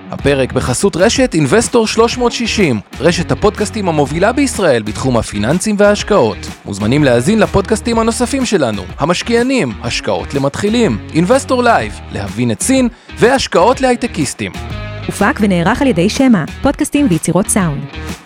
הפרק בחסות רשת אינבסטור 360, רשת הפודקאסטים המובילה בישראל בתחום הפיננסים וההשקעות. מוזמנים להאזין לפודקאסטים הנוספים שלנו, המשקיענים, השקעות למתחילים, אינבסטור לייב, להבין את סין והשקעות להייטקיסטים. הופק ונערך על ידי שמה, פודקאסטים ויצירות סאונד.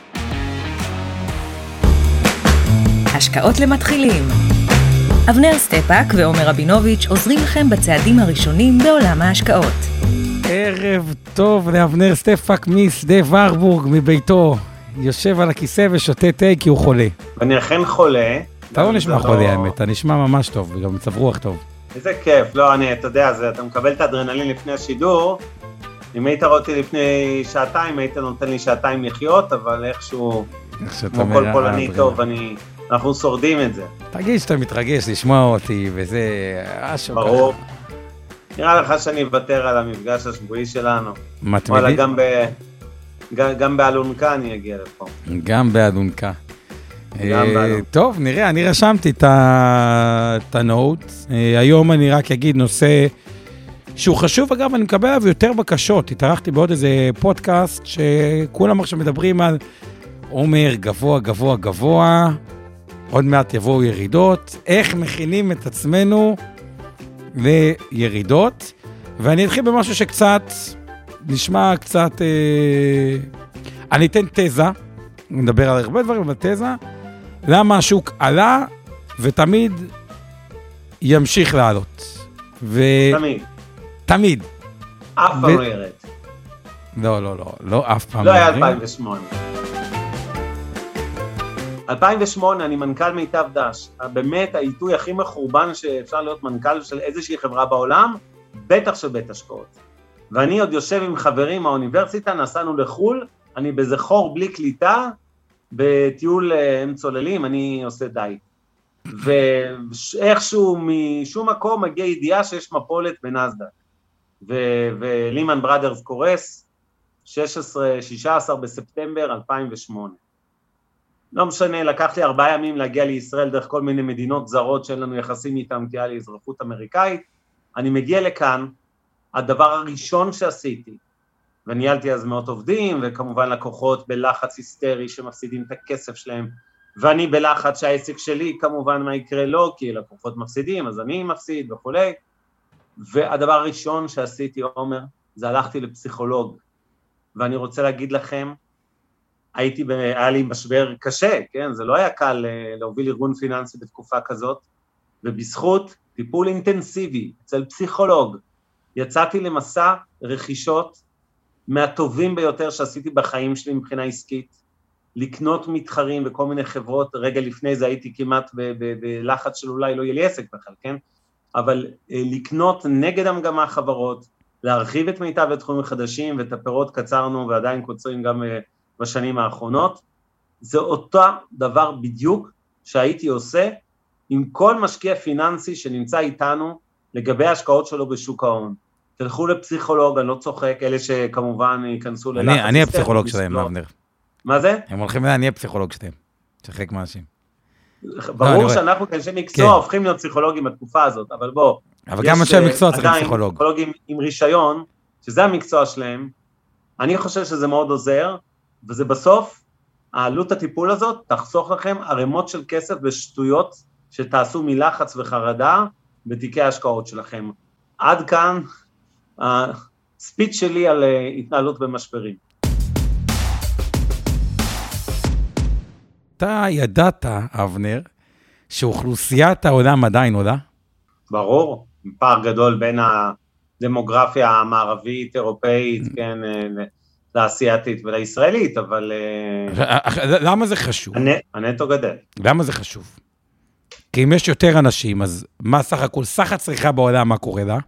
השקעות למתחילים. אבנר סטפאק ועומר רבינוביץ' עוזרים לכם בצעדים הראשונים בעולם ההשקעות. ערב טוב לאבנר סטפאק משדה ורבורג מביתו. יושב על הכיסא ושותה תה כי הוא חולה. ואני אכן חולה. אתה לא נשמע חולה האמת, אתה נשמע ממש טוב וגם מצב רוח טוב. איזה כיף, לא, אתה יודע, אתה מקבל את האדרנלין לפני השידור. אם היית רואה אותי לפני שעתיים, היית נותן לי שעתיים לחיות, אבל איכשהו, כמו כל פולני טוב, אנחנו שורדים את זה. תגיד שאתה מתרגש לשמוע אותי, וזה אשו ככה. ברור. נראה לך שאני אוותר על המפגש השבועי שלנו. מתמידי? גם באלונקה אני אגיע לפה. גם באלונקה. טוב, נראה, אני רשמתי את הנוט. היום אני רק אגיד נושא שהוא חשוב, אגב, אני מקבל עליו יותר בקשות. התארחתי בעוד איזה פודקאסט שכולם עכשיו מדברים על עומר גבוה, גבוה, גבוה. עוד מעט יבואו ירידות. איך מכינים את עצמנו לירידות. ואני אתחיל במשהו שקצת נשמע קצת... אני אתן תזה. נדבר על הרבה דברים, אבל תזה. למה השוק עלה ותמיד ימשיך לעלות. תמיד. תמיד. אף פעם לא ירד. לא, אף פעם לא היה 2008. 2008 אני מנכ"ל מיטב דש. באמת העיתוי הכי מחורבן שאפשר להיות מנכ"ל של איזושהי חברה בעולם, בטח של בית השקעות. ואני עוד יושב עם חברים מהאוניברסיטה, נסענו לחול, אני באיזה חור בלי קליטה, בטיול הם צוללים, אני עושה די. ואיכשהו משום מקום מגיע ידיעה שיש מפולת בנסדק. ולימן בראדרס קורס, 16 בספטמבר 2008. לא משנה, לקח לי 4 ימים להגיע לישראל דרך כל מיני מדינות זרות שאין לנו יחסים איתם, כי היה לי אזרחות אמריקאית. אני מגיע לכאן, הדבר הראשון שעשיתי, וניהלתי אז מאות עובדים, וכמובן לקוחות בלחץ היסטרי שמפסידים את הכסף שלהם, ואני בלחץ שהעסק שלי כמובן מה יקרה לו, כי לקוחות מפסידים, אז אני מפסיד וכולי. והדבר הראשון שעשיתי, עומר, זה הלכתי לפסיכולוג, ואני רוצה להגיד לכם, היה לי משבר קשה, כן? זה לא היה קל להוביל ארגון פיננסי בתקופה כזאת, ובזכות טיפול אינטנסיבי אצל פסיכולוג, יצאתי למסע רכישות מהטובים ביותר שעשיתי בחיים שלי מבחינה עסקית, לקנות מתחרים וכל מיני חברות, רגע לפני זה הייתי כמעט בלחץ של אולי לא יהיה לי עסק בכלל, כן? אבל לקנות נגד המגמה חברות, להרחיב את מיטב התחומים החדשים, ואת הפירות קצרנו ועדיין קוצרים גם בשנים האחרונות, זה אותו דבר בדיוק שהייתי עושה עם כל משקיע פיננסי שנמצא איתנו לגבי ההשקעות שלו בשוק ההון. תלכו לפסיכולוג, אני לא צוחק, אלה שכמובן ייכנסו ללחץ. אני הפסיכולוג שלהם, אבנר. מה זה? הם הולכים אני הפסיכולוג שלהם, שחק מאשים. ברור שאנחנו כאנשי מקצוע הופכים להיות פסיכולוגים בתקופה הזאת, אבל בוא. אבל גם אנשי מקצוע צריכים פסיכולוג. פסיכולוגים עם רישיון, שזה המקצוע שלהם, אני חושב שזה מאוד עוזר, וזה בסוף, העלות הטיפול הזאת תחסוך לכם ערימות של כסף ושטויות שתעשו מלחץ וחרדה בתיקי ההשקעות שלכם. עד כאן הספיץ שלי על התנהלות במשברים. אתה ידעת, אבנר, שאוכלוסיית העולם עדיין עולה? ברור, פער גדול בין הדמוגרפיה המערבית, אירופאית, כן, לאסייתית ולישראלית, אבל... למה זה חשוב? הנטו גדל. למה זה חשוב? כי אם יש יותר אנשים, אז מה סך הכל? סך הצריכה בעולם, מה קורה לה?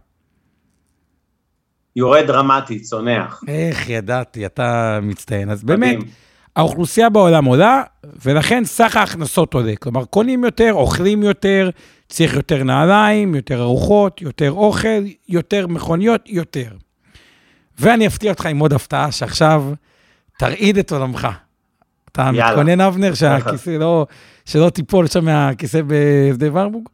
יורד דרמטית, צונח. איך ידעתי, אתה מצטיין. אז באמת, האוכלוסייה בעולם עולה, ולכן סך ההכנסות עולה. כלומר, קונים יותר, אוכלים יותר, צריך יותר נעליים, יותר ארוחות, יותר אוכל, יותר מכוניות, יותר. ואני אפתיע אותך עם עוד הפתעה, שעכשיו תרעיד את עולמך. אתה מתכונן, אבנר, שהכיסא שלא תיפול שם מהכיסא בשדה ורבורג?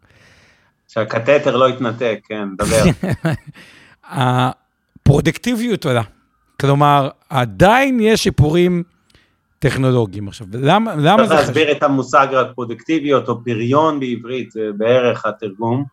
שהקטטר לא יתנתק, כן, דבר. הפרודקטיביות עולה. כלומר, עדיין יש שיפורים טכנולוגיים. עכשיו, למה זה חשוב? צריך להסביר את המושג רק פרודקטיביות או פריון בעברית, זה בערך התרגום,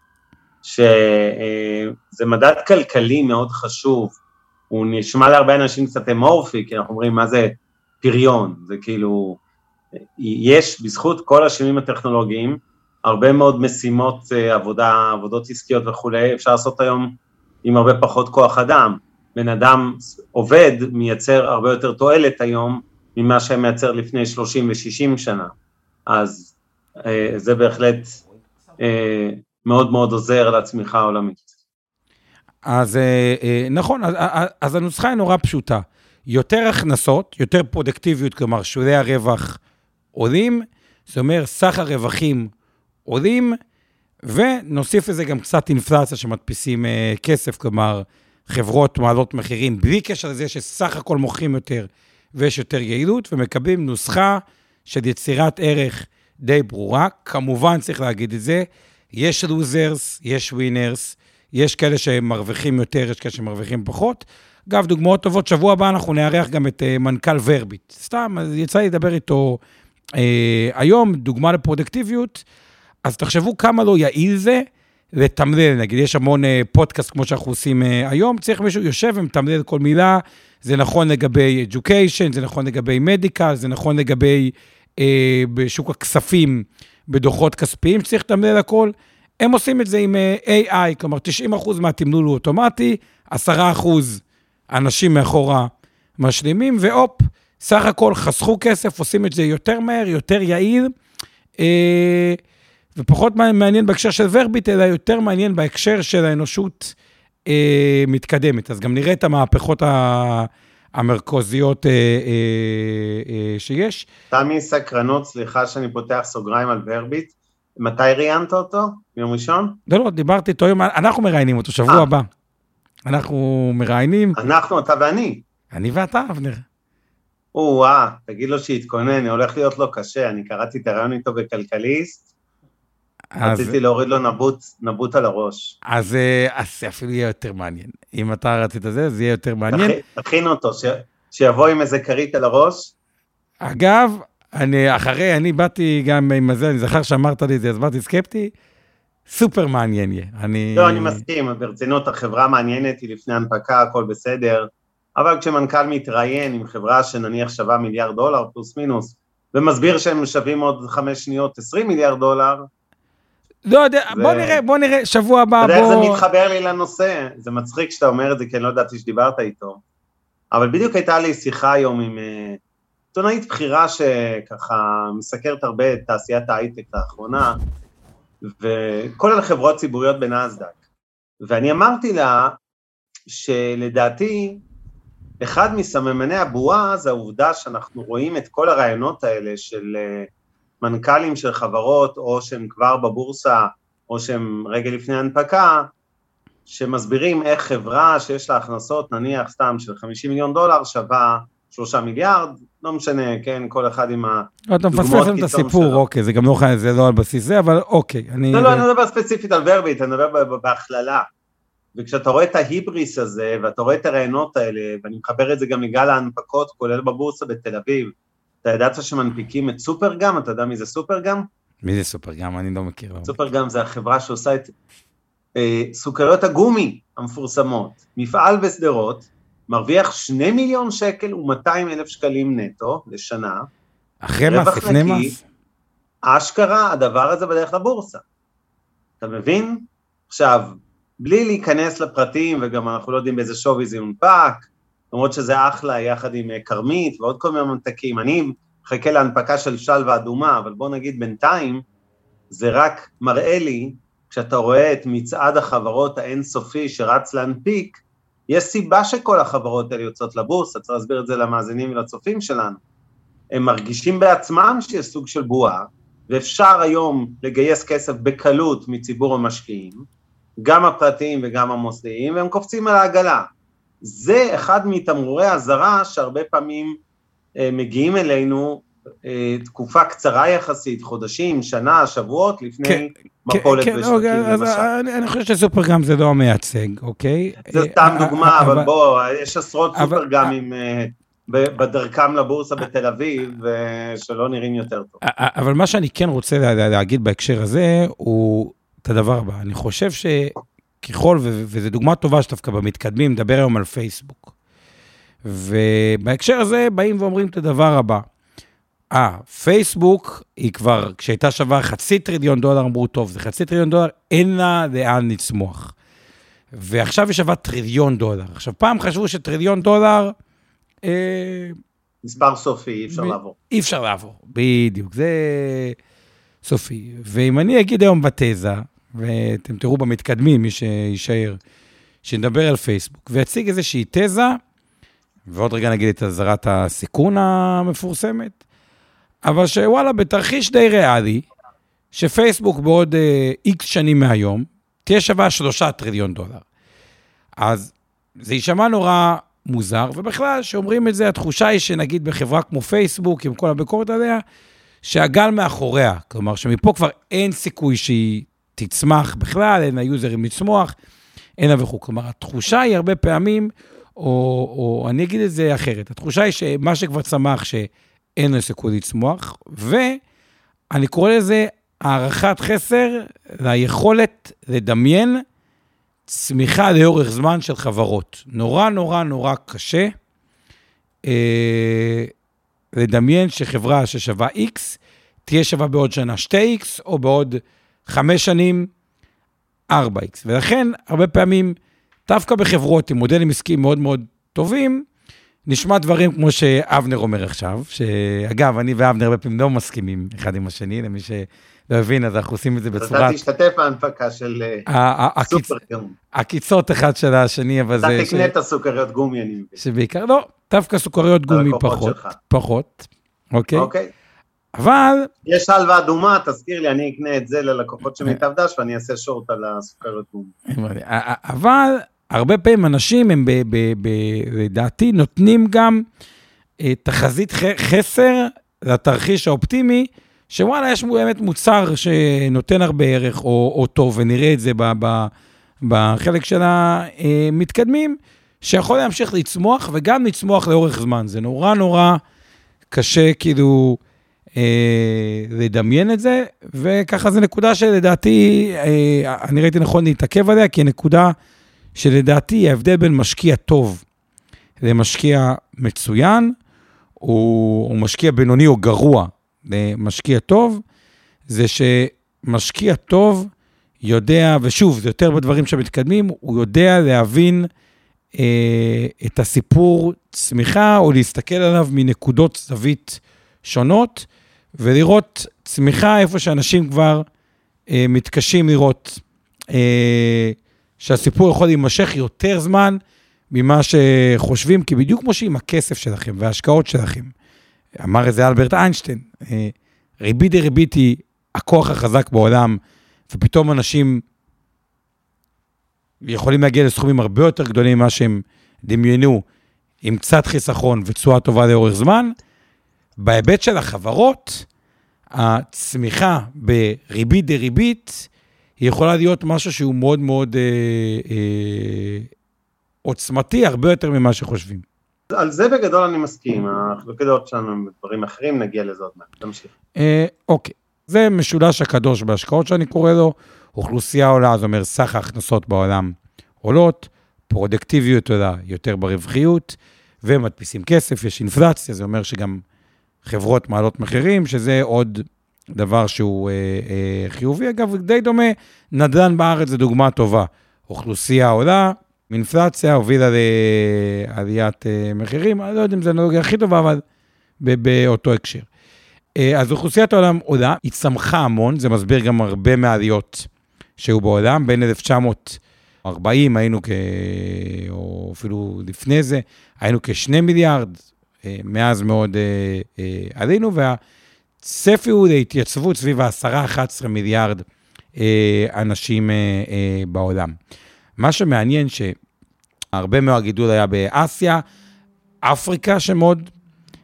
שזה מדד כלכלי מאוד חשוב, הוא נשמע להרבה אנשים קצת אמורפי, כי אנחנו אומרים מה זה פריון, זה כאילו, יש בזכות כל השינויים הטכנולוגיים, הרבה מאוד משימות עבודות עסקיות וכו', אפשר לעשות היום עם הרבה פחות כוח אדם, בן אדם עובד, מייצר הרבה יותר תועלת היום, ממה שהם מייצר לפני 30 ו-60 שנה, אז זה בהחלט מאוד מאוד עוזר לצמיחה העולמית. אז נכון, אז הנוסחה היא נורא פשוטה, יותר הכנסות, יותר פרודקטיביות, כלומר שולי הרווח עולים, זאת אומרת סך הרווחים עולים, ונוסיף לזה גם קצת אינפלציה שמדפיסים כסף, כלומר חברות מעלות מחירים, בלי קשר לזה שסך הכל מוכרים יותר, ויש יותר יעילות, ומקבלים נוסחה של יצירת ערך די ברורה, כמובן צריך להגיד את זה, יש לוזרס, יש ווינרס, יש כאלה שמרוויחים יותר, יש כאלה שמרוויחים פחות. אגב, דוגמאות טובות, שבוע הבא אנחנו נארח גם את מנכ"ל ורביט. סתם, אז יצא לי לדבר איתו היום, דוגמה לפרודקטיביות, אז תחשבו כמה לא יעיל זה לתמלל, נגיד, יש המון פודקאסט כמו שאנחנו עושים היום, צריך מישהו יושב ומתמלל כל מילה, זה נכון לגבי education, זה נכון לגבי medical, זה נכון לגבי בשוק הכספים, בדוחות כספיים, שצריך לתמלל הכל, הם עושים את זה עם AI, כלומר 90% מהתמלול הוא אוטומטי, 10% אנשים מאחורה משלימים, ואופ, סך הכל חסכו כסף, עושים את זה יותר מהר, יותר יעיל, ופחות מעניין בהקשר של ורביט, אלא יותר מעניין בהקשר של האנושות מתקדמת. אז גם נראה את המהפכות המרכזיות שיש. תמי סקרנות, סליחה שאני פותח סוגריים על ורביט, מתי ראיינת אותו? ביום ראשון? לא, דיברתי איתו היום, אנחנו מראיינים אותו, שבוע הבא. אנחנו מראיינים. אנחנו, אתה ואני. אני ואתה, אבנר. תגיד לו שיתכונן, אני הולך להיות לו קשה, אני קראתי את הרעיון איתו בכלכליסט, רציתי להוריד לו נבוט על הראש. אז אפילו יהיה יותר מעניין. אם אתה רצית את זה, זה יהיה יותר מעניין. תכין אותו, שיבוא עם איזה קרית על הראש. אגב, אני באתי גם עם זה, אני זכר שאמרת לי את זה, אז באתי סקפטי, סופר מעניין יהיה. לא, אני מסכים, ברצינות, החברה מעניינת, היא לפני הנפקה, הכל בסדר, אבל כשמנכ"ל מתראיין עם חברה שנניח שווה $1 מיליארד פלוס מינוס, ומסביר שהם שווים עוד 5 שניות $20 מיליארד, לא יודע, בוא נראה, שבוע הבא, אתה יודע איך זה מתחבר לי לנושא, זה מצחיק שאתה אומר את זה, כי אני לא ידעתי שדיברת איתו, אבל בדיוק הייתה לי שיחה היום עם עיתונאית בחירה שככה מסקרת הרבה את תעשיית ההייטק האחרונה, וכל החברות ציבוריות בנאסד"ק, ואני אמרתי לה שלדעתי, אחד מסממני הבועה זה העובדה שאנחנו רואים את כל הרעיונות האלה של מנכ"לים של חברות, או שהם כבר בבורסה, או שהם רגע לפני הנפקה, שמסבירים איך חברה שיש לה הכנסות, נניח סתם של $50 מיליון, שווה 3 מיליארד, לא משנה, כן, כל אחד עם הדוגמאות קיצון שלו. אתה מפספס את הסיפור, אוקיי, זה גם לא על בסיס זה, אבל אוקיי. לא, אני מדבר ספציפית על ורביט, אני מדבר בהכללה. וכשאתה רואה את ההיבריס הזה, ואתה רואה את הרעיונות האלה, ואני מחבר את זה גם לגל ההנפקות, כולל בבורסה בתל אביב, אתה ידעת שמנפיקים את סופרגם? אתה יודע מי זה סופרגם? מי זה סופרגם? אני לא מכיר. סופרגם זה החברה שעושה את סוכריות הגומי המפורסמות. מפעל בסדרות, מרוויח 2 מיליון שקל ו200,000 שקלים נטו לשנה. אחרי מס, לפני מס. אשכרה, הדבר הזה בדרך לבורסה. אתה מבין? עכשיו, בלי להיכנס לפרטים, וגם אנחנו לא יודעים באיזה שווי זה יונפק, למרות שזה אחלה יחד עם קרמית ועוד כל מיני ממתקים, אני מחכה להנפקה של שלווה אדומה, אבל בוא נגיד בינתיים, זה רק מראה לי, כשאתה רואה את מצעד החברות האינסופי שרץ להנפיק, יש סיבה שכל החברות האלה יוצאות לבורסה, צריך להסביר את זה למאזינים ולצופים שלנו, הם מרגישים בעצמם שיש סוג של בועה, ואפשר היום לגייס כסף בקלות מציבור המשקיעים, גם הפרטיים וגם המוסדיים, והם קופצים על העגלה. זה אחד מתמרורי הזרה שהרבה פעמים מגיעים אלינו, תקופה קצרה יחסית, חודשים, שנה, שבועות, לפני מפולת בשווקים למשל. אני חושב שסופרגרם זה לא המייצג, אוקיי? זה סתם דוגמה, אבל בוא, יש עשרות סופרגרמים בדרכם לבורסה בתל אביב, שלא נראים יותר טוב. אבל מה שאני כן רוצה להגיד בהקשר הזה, הוא את הדבר הבא. אני חושב שככל, וזו דוגמה טובה שדווקא במתקדמים, מדבר היום על פייסבוק. ובהקשר הזה באים ואומרים את הדבר הבא. פייסבוק היא כבר, כשהייתה שווה $500 טריליון, אמרו טוב, זה $500 טריליון, אין לה לאן לצמוח. ועכשיו היא שווה $1 טריליון. עכשיו פעם חשבו $1 טריליון, מספר סופי, אי אפשר לעבור. אי אפשר לעבור, בדיוק, זה סופי. ואם אני אגיד היום בתזה, ואתם תראו במתקדמים, מי שישאר, שנדבר על פייסבוק, ויציג איזושהי תזה, ועוד רגע נגיד את הזרת הסיכון המפורסמת, אבל שוואלה, בתרחיש די ריאלי, שפייסבוק בעוד X שנים מהיום, תהיה שווה $3 טריליון. אז זה יישמע נורא מוזר, ובכלל, שאומרים את זה, התחושה היא שנגיד בחברה כמו פייסבוק, עם כל הביקורת עליה, שהגל מאחוריה, כלומר, שמפה כבר אין סיכוי שהיא תצמח בכלל, אין היוזרים לצמוח, אין לה וכו'. כלומר, התחושה היא הרבה פעמים, או אני אגיד את זה אחרת, התחושה היא שמה שכבר צמח, שאין לו סיכוי לצמוח, ואני קורא לזה הערכת חסר, ליכולת לדמיין צמיחה לאורך זמן של חברות. נורא נורא נורא קשה לדמיין שחברה ששווה X, תהיה שווה בעוד שנה 2X, או בעוד 5 שנים 4X. ולכן, הרבה פעמים, דווקא בחברות עם מודלים עסקיים מאוד מאוד טובים, נשמע דברים כמו שאבנר אומר עכשיו, שאגב, אני ואבנר הרבה פעמים לא מסכימים אחד עם השני, למי שלא הבין, אז אנחנו עושים את זה בצורה... אתה תשתתף בהנפקה של סופרגרם. הקיצות אחד של השני, אבל זה... אתה תקנה את הסוכריות גומי, אני מבין. שבעיקר לא, דווקא סוכריות גומי פחות. אוקיי. אבל... יש הלוואה אדומה, תזכיר לי, אני אקנה את זה ללקוחות שמיטב דש, ואני אעשה שורט על הסוכריות גומי. אבל הרבה פעמים אנשים הם לדעתי נותנים גם תחזית חסר לתרחיש האופטימי, שוואלה יש באמת מוצר שנותן הרבה ערך או טוב, ונראה את זה בחלק של המתקדמים, שיכול להמשיך לצמוח וגם לצמוח לאורך זמן. זה נורא נורא קשה כאילו לדמיין את זה, וככה זה נקודה שלדעתי, אני ראיתי נכון להתעכב עליה, כי נקודה שלדעתי ההבדל בין משקיע טוב למשקיע מצוין, או משקיע בינוני או גרוע למשקיע טוב, זה שמשקיע טוב יודע, ושוב, זה יותר בדברים שמתקדמים, הוא יודע להבין את הסיפור צמיחה, או להסתכל עליו מנקודות זווית שונות, ולראות צמיחה איפה שאנשים כבר מתקשים לראות שהסיפור יכול להימשך יותר זמן ממה שחושבים, כי בדיוק כמו שעם הכסף שלכם וההשקעות שלכם, אמר את זה אלברט איינשטיין, ריבית דריבית היא הכוח החזק בעולם, ופתאום אנשים יכולים להגיע לסכומים הרבה יותר גדולים ממה שהם דמיינו, עם קצת חיסכון ותשואה טובה לאורך זמן. בהיבט של החברות, הצמיחה בריבית דריבית, היא יכולה להיות משהו שהוא מאוד מאוד עוצמתי, הרבה יותר ממה שחושבים. על זה בגדול אני מסכים, החלוקי דעות שלנו בדברים אחרים, נגיע לזה עוד מעט, תמשיך. אוקיי, זה משולש הקדוש בהשקעות שאני קורא לו, אוכלוסייה עולה, זאת אומרת, סך ההכנסות בעולם עולות, פרודקטיביות עולה יותר ברווחיות, ומדפיסים כסף, יש אינפלציה, זה אומר שגם חברות מעלות מחירים, שזה עוד דבר שהוא חיובי. אגב, די דומה, נדל"ן בארץ זה דוגמה טובה. אוכלוסייה עולה, אינפלציה, הובילה לעליית מחירים, אני לא יודע אם זה הנלוגיה הכי טובה, אבל באותו הקשר. אז אוכלוסיית העולם עולה, היא צמחה המון, זה מסביר גם הרבה מהעליות שהיו בעולם, בין 1940 היינו או אפילו לפני זה, היינו כ2 מיליארד, מאז מאוד עלינו, והצפי הוא להתייצבות סביב 10-11 מיליארד אנשים בעולם. מה שמעניין שהרבה מהגידול היה באסיה, אפריקה שמאוד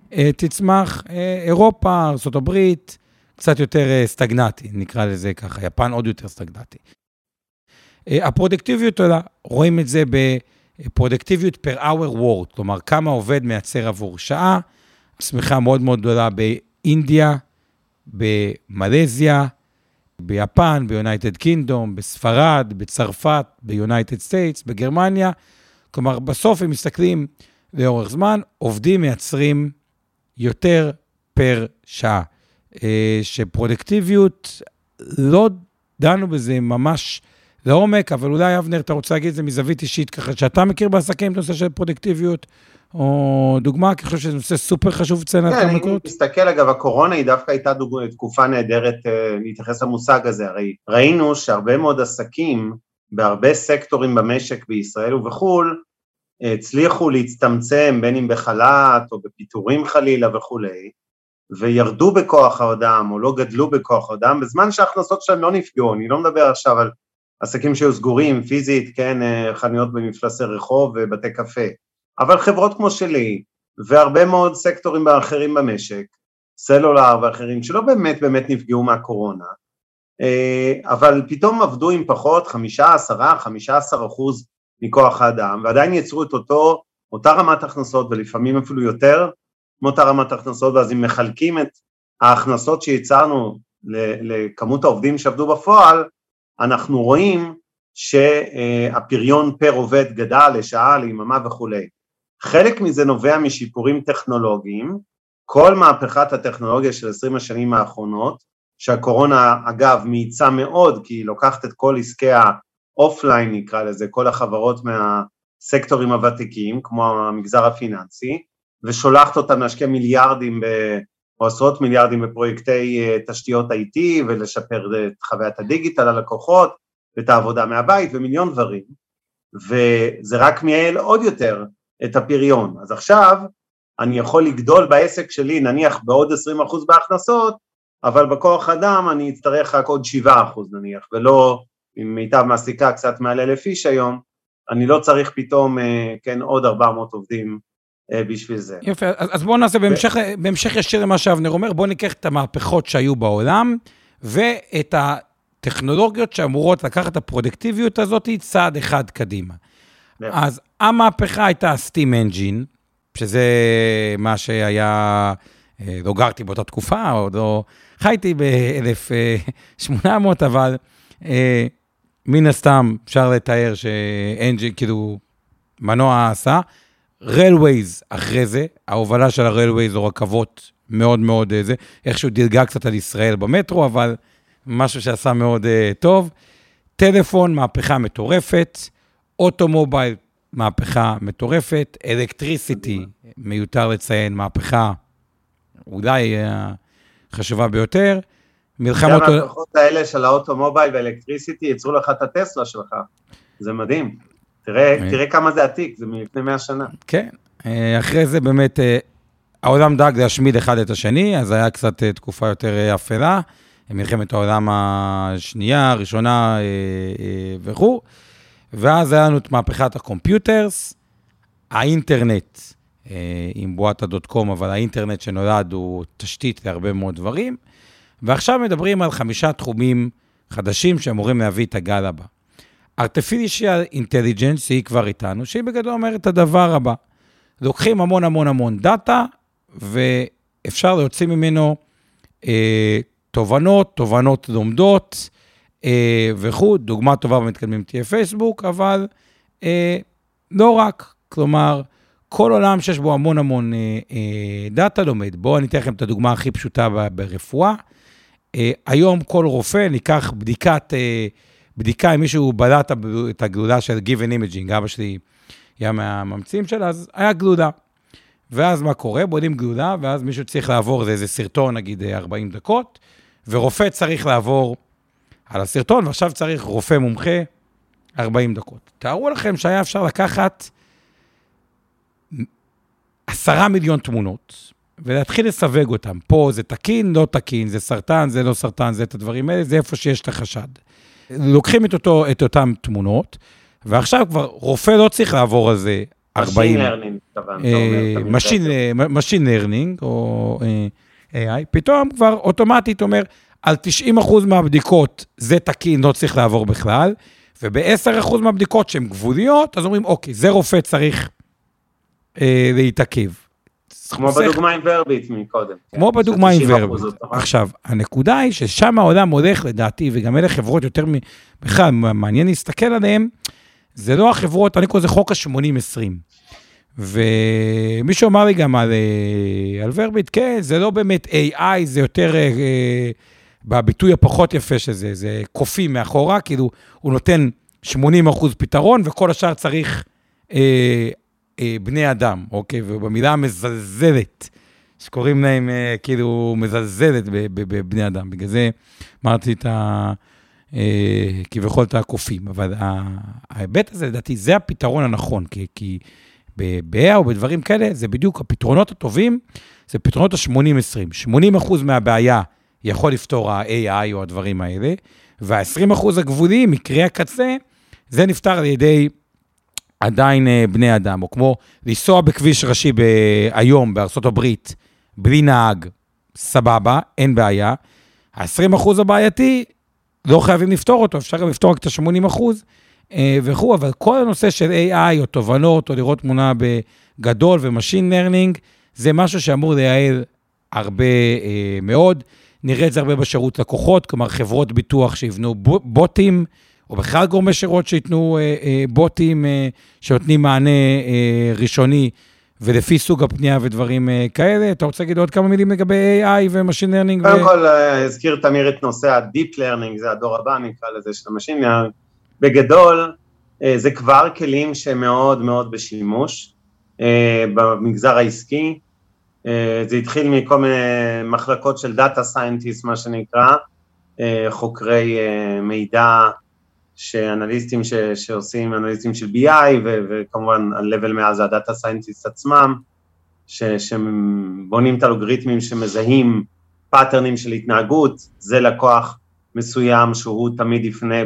תצמח אירופה, ארצות הברית, קצת יותר סטגנטי, נקרא לזה ככה, יפן עוד יותר סטגנטי. הפרודקטיביות עולה, רואים את זה בפרודקטיביות per hour work, כלומר כמה עובד מייצר עבור שעה, צמיחה מאוד מאוד גדולה באינדיה, במלזיה, ביפן, ביונייטד קינגדום, בספרד, בצרפת, ביונייטד סטייטס, בגרמניה, כלומר בסוף הם מסתכלים לאורך זמן, עובדים מייצרים יותר פר שעה. שפרודקטיביות, לא דנו בזה ממש לעומק, אבל אולי אבנר, אתה רוצה להגיד את זה מזווית אישית, ככה שאתה מכיר בעסקים את נושא של פרודקטיביות, או דוגמה, כי חושב שזה נושא סופר חשוב אצלנו. כן, אני מסתכל, אגב, הקורונה היא דווקא הייתה תקופה נהדרת להתייחס למושג הזה, הרי ראינו שהרבה מאוד עסקים, בהרבה סקטורים במשק בישראל ובחול, הצליחו להצטמצם בין אם בחל"ת או בפיטורים חלילה וכולי, וירדו בכוח האדם או לא גדלו בכוח האדם, בזמן שההכנסות שלהם לא נפגעו, אני לא מדבר עכשיו על עסקים שהיו סגורים פיזית, כן, חנויות במפלסי רחוב ובתי קפה, אבל חברות כמו שלי, והרבה מאוד סקטורים אחרים במשק, סלולר ואחרים, שלא באמת נפגעו מהקורונה, אבל פתאום עבדו עם פחות 5-10% מכוח האדם, ועדיין יצרו את אותה רמת הכנסות, ולפעמים אפילו יותר מאותה רמת הכנסות, ואז אם מחלקים את ההכנסות שיצרנו לכמות העובדים שעבדו בפועל, אנחנו רואים שהפריון פר עובד גדל לשעה, ליממה וכו'. חלק מזה נובע משיפורים טכנולוגיים, כל מהפכת הטכנולוגיה של 20 השנים האחרונות, שהקורונה אגב מאיצה מאוד, כי היא לוקחת את כל עסקי האופליין נקרא לזה, כל החברות מהסקטורים הוותיקים, כמו המגזר הפיננסי, ושולחת אותם להשקיע מיליארדים או עשרות מיליארדים בפרויקטי תשתיות IT, ולשפר את חוויית הדיגיטל ללקוחות, ואת העבודה מהבית, ומיליון דברים, וזה רק מייעל עוד יותר את הפריון. אז עכשיו אני יכול לגדול בעסק שלי, נניח בעוד 20% בהכנסות, אבל בכוח אדם אני אצטרך רק עוד 7% נניח, ולא, עם מיטב מעסיקה קצת מעל 1,000 איש היום, אני לא צריך פתאום, כן, עוד 400 עובדים בשביל זה. יפה, אז בואו נעשה בהמשך ישיר למה שאבנר אומר, בואו ניקח את המהפכות שהיו בעולם, ואת הטכנולוגיות שאמורות לקחת את הפרודקטיביות הזאת צעד אחד קדימה. אז המהפכה הייתה סטים אנג'ין, שזה מה שהיה, לא גרתי באותה תקופה, עוד לא חייתי ב-1800, אבל מן הסתם אפשר לתאר שאנג'ין, כאילו, מנוע עשה, רלווייז אחרי זה, ההובלה של הרלווייז או רכבות מאוד מאוד זה, איכשהו דילגה קצת על ישראל במטרו, אבל משהו שעשה מאוד טוב, טלפון, מהפכה מטורפת, אוטומובייל, מהפכה מטורפת, אלקטריסיטי, מיותר לציין, מהפכה אולי חשובה ביותר, מלחמות... גם המהפכות האלה של האוטומובייל והאלקטריסיטי יצרו לך את הטסלה שלך, זה מדהים. תראה כמה זה עתיק, זה מלפני 100 שנה. כן, אחרי זה באמת, העולם דאג להשמיד אחד את השני, אז היה קצת תקופה יותר אפלה, מלחמת העולם השנייה, הראשונה וכו', ואז היה לנו את מהפכת הקומפיוטרס, האינטרנט, עם בועת .com, אבל האינטרנט שנולד הוא תשתית להרבה מאוד דברים, ועכשיו מדברים על 5 תחומים חדשים שאמורים להביא את הגל הבא. Artificial Intelligence היא כבר איתנו, שהיא בגדול אומרת את הדבר הבא. לוקחים המון דאטה, ואפשר להוציא ממנו תובנות לומדות, וכו', דוגמה טובה במתקדמים תהיה פייסבוק, אבל לא רק, כלומר, כל עולם שיש בו המון דאטה לומד. בואו אני אתן לכם את הדוגמה הכי פשוטה ברפואה. היום כל רופא ניקח בדיקה אם מישהו בלע את הגלולה של Given Imaging, אבא שלי היה מהממציאים שלה, אז היה גלולה. ואז מה קורה? בודעים גלולה, ואז מישהו צריך לעבור, זה איזה סרטון, נגיד 40 דקות, ורופא צריך לעבור על הסרטון, ועכשיו צריך רופא מומחה 40 דקות. תארו לכם שהיה אפשר לקחת 10 מיליון תמונות, ולהתחיל לסווג אותם. פה זה תקין, לא תקין, זה סרטן, זה לא סרטן, זה את הדברים האלה, זה איפה שיש את החשד. לוקחים את אותם תמונות, ועכשיו כבר רופא לא צריך לעבור על זה 40... Machine learning, או AI, פתאום כבר אוטומטית אומר, על 90% מהבדיקות זה תקין, לא צריך לעבור בכלל, וב-10% מהבדיקות שהן גבוליות, אז אומרים, אוקיי, זה רופא צריך להתעכב. כמו בדוגמה עם ורביט מקודם. כמו בדוגמה עם ורביט. עכשיו, הנקודה היא ששם העולם הולך לדעתי, וגם אלה חברות יותר בכלל, מעניין להסתכל עליהן, זה לא החברות, אני קורא לזה חוק ה-80-20. ומישהו אמר לי גם על ורביט, כן, זה לא באמת AI, זה יותר בביטוי הפחות יפה שזה, זה קופים מאחורה, כאילו הוא נותן 80% פתרון, וכל השאר צריך בני אדם, אוקיי? ובמילה המזלזלת, שקוראים להם כאילו מזלזלת בבני אדם, בגלל זה אמרתי את כביכול את הקופים, אבל ההיבט הזה, לדעתי, זה הפתרון הנכון, כי ב-AI או בדברים כאלה, זה בדיוק הפתרונות הטובים, זה פתרונות ה-80-20. 80% מהבעיה יכול לפתור ה-AI או הדברים האלה, וה-20% הגבוליים, מקרי הקצה, זה נפתר על ידי עדיין בני אדם, או כמו לנסוע בכביש ראשי היום בארצות הברית, בלי נהג, סבבה, אין בעיה. ה-20% הבעייתי, לא חייבים לפתור אותו, אפשר גם לפתור רק את ה-80%, וכו', אבל כל הנושא של AI או תובנות, או לראות תמונה בגדול ומשין לרנינג, זה משהו שאמור לייעל הרבה מאוד. נראה את זה הרבה בשירות לקוחות, כלומר חברות ביטוח שיבנו בוטים, או בכלל גורמי שירות שיתנו בוטים שנותנים מענה ראשוני, ולפי סוג הפנייה ודברים כאלה. אתה רוצה להגיד עוד כמה מילים לגבי AI ומשין לרנינג? קודם כל, הזכיר תמיר את נושא ה-Deep Learning, זה הדור הבא, נקרא לזה, של המשין לרנינג. בגדול, זה כבר כלים שמאוד מאוד בשימוש במגזר העסקי. זה התחיל מכל מיני מחלקות של Data Scientist, מה שנקרא, חוקרי מידע, אנליסטים שעושים אנליסטים של BI, וכמובן ה-level מעל זה ה-Data Scientist עצמם, שבונים את האלגוריתמים שמזהים פאטרנים של התנהגות, זה לקוח מסוים שהוא תמיד יפנה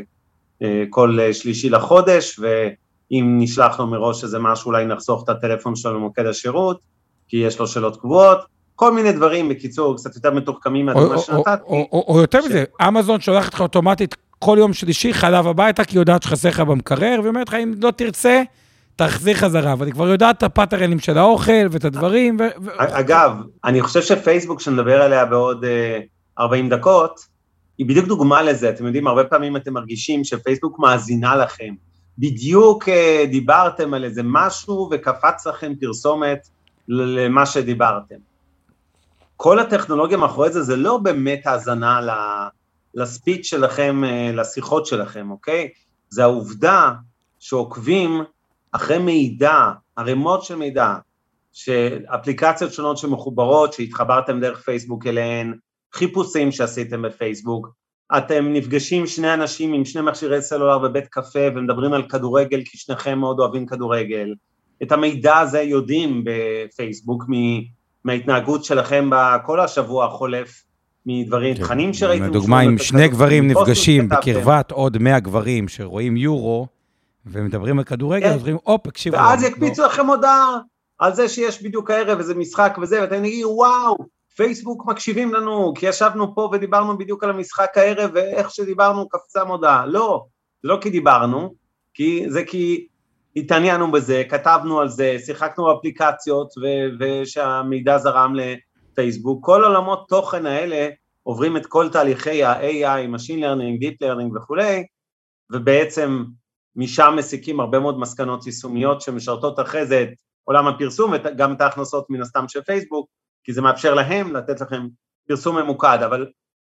כל שלישי לחודש, ואם נשלח לו מראש שזה משהו, אולי נחסוך את הטלפון שלו למוקד השירות, כי יש לו שאלות קבועות, כל מיני דברים, בקיצור, קצת יותר מתוחכמים מהדוגמה שנתתי. או יותר מזה, אמזון שולחת לך אוטומטית כל יום שלישי חלב הביתה, כי יודעת שחסר לך במקרר, ואומרת לך, אם לא תרצה, תחזיר חזרה, ואני כבר יודעת את הפאטרנים של האוכל ואת הדברים. אגב, אני חושב שפייסבוק, שנדבר עליה בעוד 40 דקות, היא בדיוק דוגמה לזה. אתם יודעים, הרבה פעמים אתם מרגישים שפייסבוק מאזינה לכם. בדיוק דיברתם על איזה משהו, וקפץ לכם פרסומת למה שדיברתם. כל הטכנולוגיה מאחורי זה, זה לא באמת האזנה לספיץ' שלכם, לשיחות שלכם, אוקיי? זה העובדה שעוקבים אחרי מידע, הרמות של מידע, שאפליקציות שונות שמחוברות, שהתחברתם דרך פייסבוק אליהן, חיפושים שעשיתם בפייסבוק, אתם נפגשים שני אנשים עם שני מכשירי סלולר בבית קפה, ומדברים על כדורגל, כי שניכם מאוד אוהבים כדורגל. את המידע הזה יודעים בפייסבוק, מההתנהגות שלכם בכל השבוע החולף, מדברים, תכנים שראיתם. לדוגמה, אם שני גברים נפגשים בקרבת עוד 100 גברים שרואים יורו, ומדברים על כדורגל, אז אומרים, אופ, הקשיבו. ואז יקפיצו לכם הודעה על זה שיש בדיוק הערב, וזה משחק וזה, ואתם נגיד, וואו, פייסבוק מקשיבים לנו, כי ישבנו פה ודיברנו בדיוק על המשחק הערב, ואיך שדיברנו קפצה מודעה. לא, זה לא כי דיברנו, זה כי התעניינו בזה, כתבנו על זה, שיחקנו באפליקציות, ושהמידע זרם לפייסבוק. כל עולמות תוכן האלה עוברים את כל תהליכי ה-AI, Machine Learning, Deep Learning וכו', ובעצם משם מסיקים הרבה מאוד מסקנות יישומיות שמשרתות אחרי זה את עולם הפרסום, וגם את ההכנסות מן הסתם של פייסבוק, כי זה מאפשר להם לתת לכם פרסום ממוקד, אבל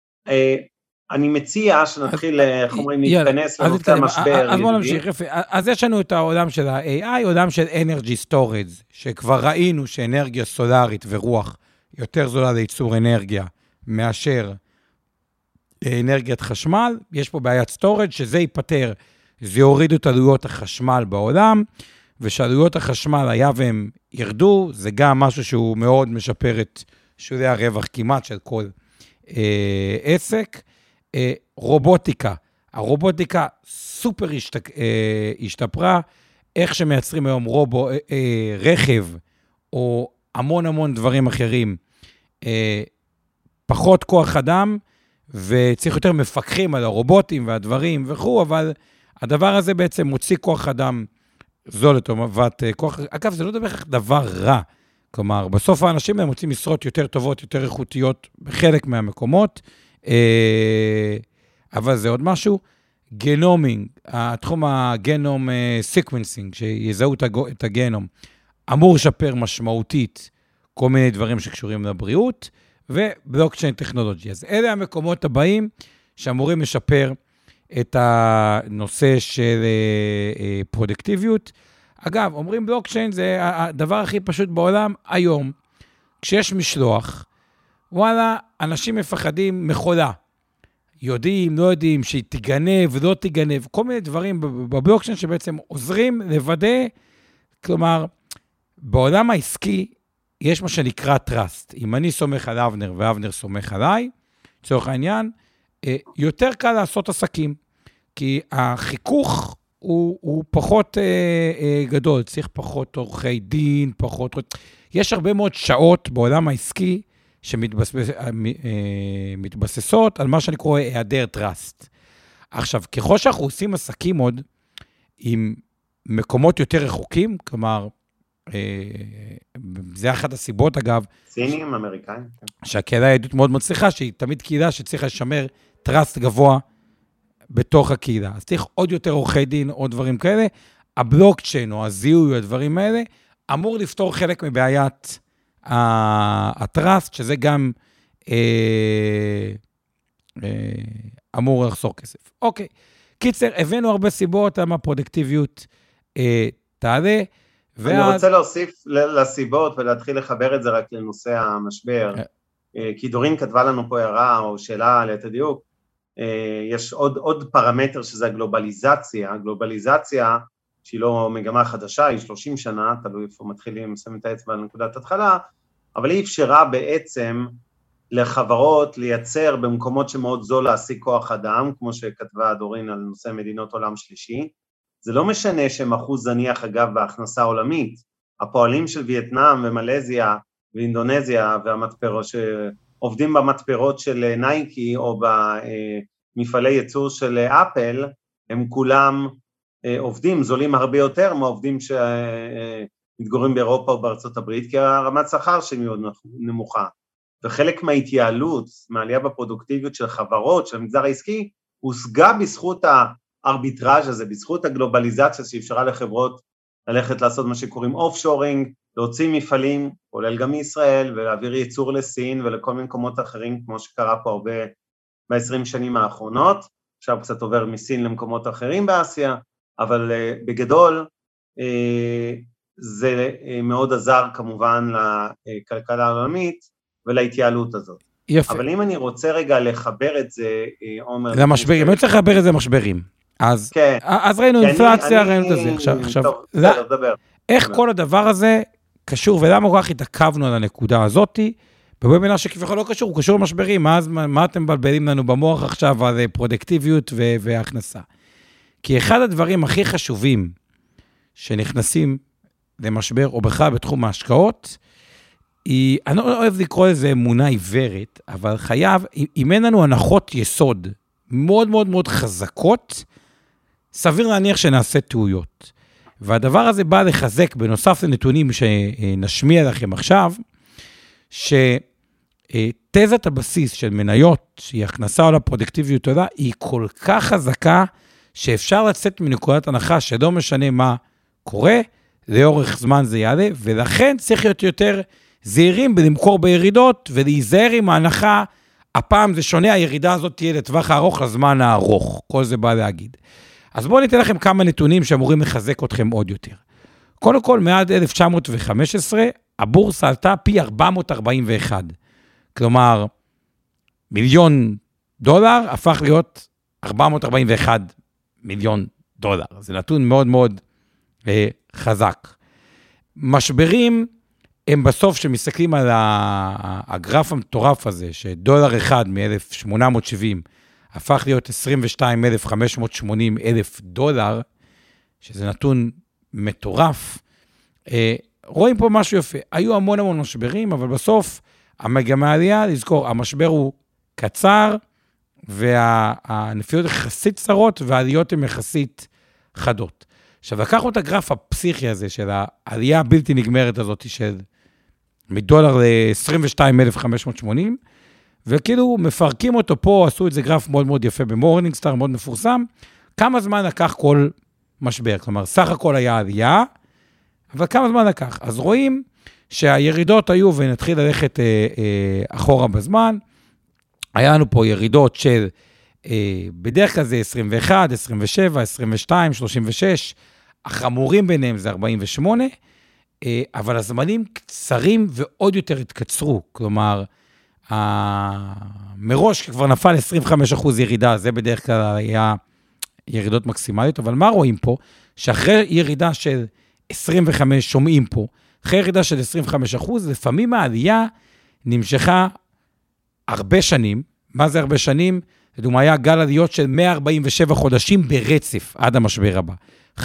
אני מציע שנתחיל, איך אומרים, להתכנס לנושא המשבר. אז בוא נמשיך, יפה. אז יש לנו את העולם של ה-AI, עולם של Energy Storage, שכבר ראינו שאנרגיה סולארית ורוח יותר זולה לייצור אנרגיה מאשר אנרגיית חשמל. יש פה בעיית סטורג' שזה ייפטר, זה יוריד את עלויות החשמל בעולם, ושעלויות החשמל היה והם ירדו, זה גם משהו שהוא מאוד משפר את שולי הרווח כמעט של כל עסק. רובוטיקה, הרובוטיקה סופר השתפרה, איך שמייצרים היום רכב, או המון דברים אחרים, פחות כוח אדם, וצריך יותר מפקחים על הרובוטים והדברים וכו', אבל הדבר הזה בעצם מוציא כוח אדם זול לטובת כוח, אגב, זה לא דבר רע, כלומר, בסוף האנשים הם מוצאים משרות יותר טובות, יותר איכותיות בחלק מהמקומות, אבל זה עוד משהו, גנומינג, התחום הגנום סיקוונסינג, שיזהו את הגנום, אמור לשפר משמעותית כל מיני דברים שקשורים לבריאות, ובלוקצ'יין טכנולוגי. אז אלה המקומות הבאים שאמורים לשפר את הנושא של פרודקטיביות. אגב, אומרים בלוקצ'יין זה הדבר הכי פשוט בעולם היום. כשיש משלוח, וואלה, אנשים מפחדים מחולה. יודעים, לא יודעים, שהיא תיגנב ולא תיגנב, כל מיני דברים בבלוקצ'יין שבעצם עוזרים לוודא, כלומר, בעולם העסקי יש מה שנקרא trust. אם אני סומך על אבנר ואבנר סומך עליי, לצורך העניין, יותר קל לעשות עסקים, כי החיכוך הוא פחות גדול, צריך פחות עורכי דין, יש הרבה מאוד שעות בעולם העסקי שמתבססות על מה שאני קורא היעדר trust. עכשיו, ככל שאנחנו עושים עסקים עוד עם מקומות יותר רחוקים, כלומר, זה אחת הסיבות, אגב, סינים, אמריקאים. שהקהילה העדות מאוד מצליחה, שהיא תמיד קהילה שצריכה לשמר טראסט גבוה בתוך הקהילה. אז צריך עוד יותר עורכי דין, עוד דברים כאלה. הבלוקצ'יין או הזיהוי, הדברים האלה, אמור לפתור חלק מבעיית הטראסט, שזה גם אמור לחסור כסף. אוקיי. קיצר, הבאנו הרבה סיבות למה פרודקטיביות תעלה, אני רוצה להוסיף לסיבות ולהתחיל לחבר את זה רק לנושא המשבר, כי דורין כתבה לנו פה הערה או שאלה ליתר דיוק, יש עוד פרמטר שזה הגלובליזציה שהיא לא מגמה חדשה, היא 30 שנה, תלוי איפה מתחילים, שמים את האצבע על נקודת התחלה, אבל היא אפשרה בעצם לחברות לייצר במקומות שמאוד זול להשיג כוח אדם, כמו שכתבה דורין על נושא מדינות עולם שלישי, זה לא משנה שהם אחוז זניח אגב בהכנסה עולמית, הפועלים של וייטנאם ומלזיה ואינדונזיה והמתפרות שעובדים במתפרות של נייקי או במפעלי ייצור של אפל, הם כולם עובדים זולים הרבה יותר מהעובדים שמתגוררים באירופה או בארצות הברית, כי הרמת שכר שהיא מאוד נמוכה. וחלק מההתייעלות, מהעלייה בפרודוקטיביות של חברות, של המגזר העסקי, הושגה בזכות הארביטראז' הזה, בזכות הגלובליזציה שאפשרה לחברות ללכת לעשות מה שקוראים אוף-שורינג, להוציא מפעלים, כולל גם מישראל, ולהעביר ייצור לסין ולכל מיני מקומות אחרים, כמו שקרה פה הרבה ב-20 שנים האחרונות, עכשיו קצת עובר מסין למקומות אחרים באסיה, אבל בגדול זה מאוד עזר כמובן לכלכלה העולמית ולהתייעלות הזאת. יפה. אבל אם אני רוצה רגע לחבר את זה, עומר... למשברים, אני צריך לחבר את זה למשברים. אז ראינו אינפלציה, ראינו את זה. עכשיו, איך כל הדבר הזה קשור, ולמה כל כך התעכבנו על הנקודה הזאת, במינה שכביכול לא קשור, הוא קשור למשברים, אז מה אתם מבלבלים לנו במוח עכשיו על פרודקטיביות והכנסה? כי אחד הדברים הכי חשובים שנכנסים למשבר, או בכלל בתחום ההשקעות, אני לא אוהב לקרוא לזה אמונה עיוורת, אבל חייב, אם אין לנו הנחות יסוד מאוד מאוד מאוד חזקות, סביר להניח שנעשה טעויות. והדבר הזה בא לחזק, בנוסף לנתונים שנשמיע לכם עכשיו, שתזת הבסיס של מניות, שהיא הכנסה על הפרודקטיביות עולה, היא כל כך חזקה, שאפשר לצאת מנקודת הנחה שלא משנה מה קורה, לאורך זמן זה יעלה, ולכן צריך להיות יותר זהירים בלמכור בירידות, ולהיזהר עם ההנחה, הפעם זה שונה, הירידה הזאת תהיה לטווח הארוך, לזמן הארוך, כל זה בא להגיד. אז בואו ניתן לכם כמה נתונים שאמורים לחזק אתכם עוד יותר. קודם כל, מעד 1915, הבורסה עלתה פי 441. כלומר, $1,000,000 הפך להיות 441 מיליון דולר. זה נתון מאוד מאוד חזק. משברים הם בסוף שמסתכלים על הגרף המטורף הזה, שדולר אחד מ-1870 הפך להיות $22,580,000, שזה נתון מטורף. רואים פה משהו יפה. היו המון משברים, אבל בסוף המגמה העלייה, לזכור, המשבר הוא קצר, והנפילות יחסית צרות, והעליות הן יחסית חדות. עכשיו, לקחנו את הגרף הפסיכי הזה, של העלייה הבלתי נגמרת הזאת, של מדולר ל-22,580, וכאילו מפרקים אותו פה, עשו את זה גרף מאוד מאוד יפה במורנינג סטאר, מאוד מפורסם, כמה זמן לקח כל משבר, כלומר, סך הכל היה עלייה, אבל כמה זמן לקח? אז רואים שהירידות היו, ונתחיל ללכת אחורה בזמן, היה לנו פה ירידות של, בדרך כלל זה 21, 27, 22, 36, החמורים ביניהם זה 48, אבל הזמנים קצרים ועוד יותר התקצרו, כלומר, מראש כבר נפל 25% ירידה, זה בדרך כלל היה ירידות מקסימליות, אבל מה רואים פה? שאחרי ירידה של 25, שומעים פה, אחרי ירידה של 25%, לפעמים העלייה נמשכה הרבה שנים. מה זה הרבה שנים? לדוגמה, היה גל עליות של 147 חודשים ברצף עד המשבר הבא. 582%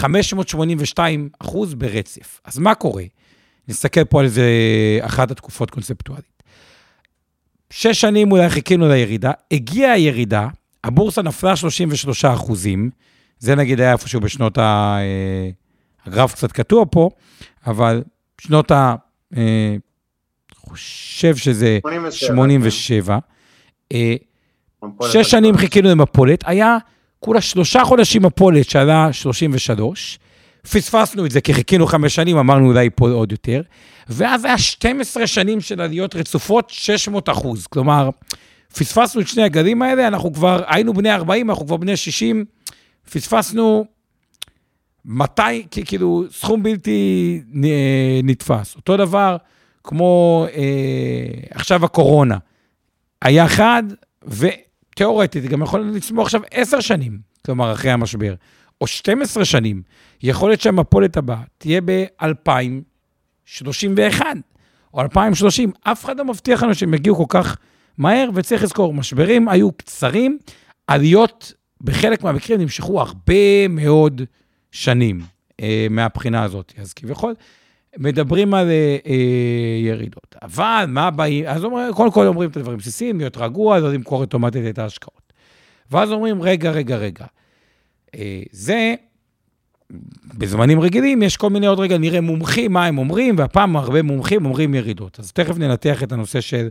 ברצף. אז מה קורה? נסתכל פה על איזה אחת התקופות קונספטואלית. 6 שנים אולי חיכינו לירידה, הגיעה הירידה, הבורסה נפלה 33%, זה נגיד היה איפשהו בשנות הגרף קצת קטוע פה, אבל שנות חושב שזה 87, 6 שנים חיכינו למפולת, היה כולה 3 חודשים מפולת שעלה 33, פספסנו את זה כי חיכינו 5 שנים, אמרנו אולי פה עוד יותר, ואז היה 12 שנים של עליות רצופות, 600%, כלומר, פספסנו את שני הגלים האלה, אנחנו כבר היינו בני 40, אנחנו כבר בני 60, פספסנו 200, כאילו סכום בלתי נתפס. אותו דבר כמו עכשיו הקורונה, היה חד, ותיאורטית, גם יכול לצמוח עכשיו 10 שנים, כלומר אחרי המשבר, או 12 שנים, יכול להיות שהמפולת הבאה תהיה ב-2031, או 2030, אף אחד לא מבטיח לנו שהם יגיעו כל כך מהר, וצריך לזכור, משברים היו קצרים, עליות בחלק מהמקרים נמשכו הרבה מאוד שנים מהבחינה הזאת, אז כביכול, מדברים על ירידות, אבל מה באים, אז קודם כל אומרים את הדברים בסיסיים, להיות רגוע, אז למכור אוטומטית את ההשקעות, ואז אומרים, רגע, זה, בזמנים רגילים, יש כל מיני עוד רגע, נראה מומחים, מה הם אומרים, והפעם הרבה מומחים אומרים ירידות, אז תכף ננתח את הנושא של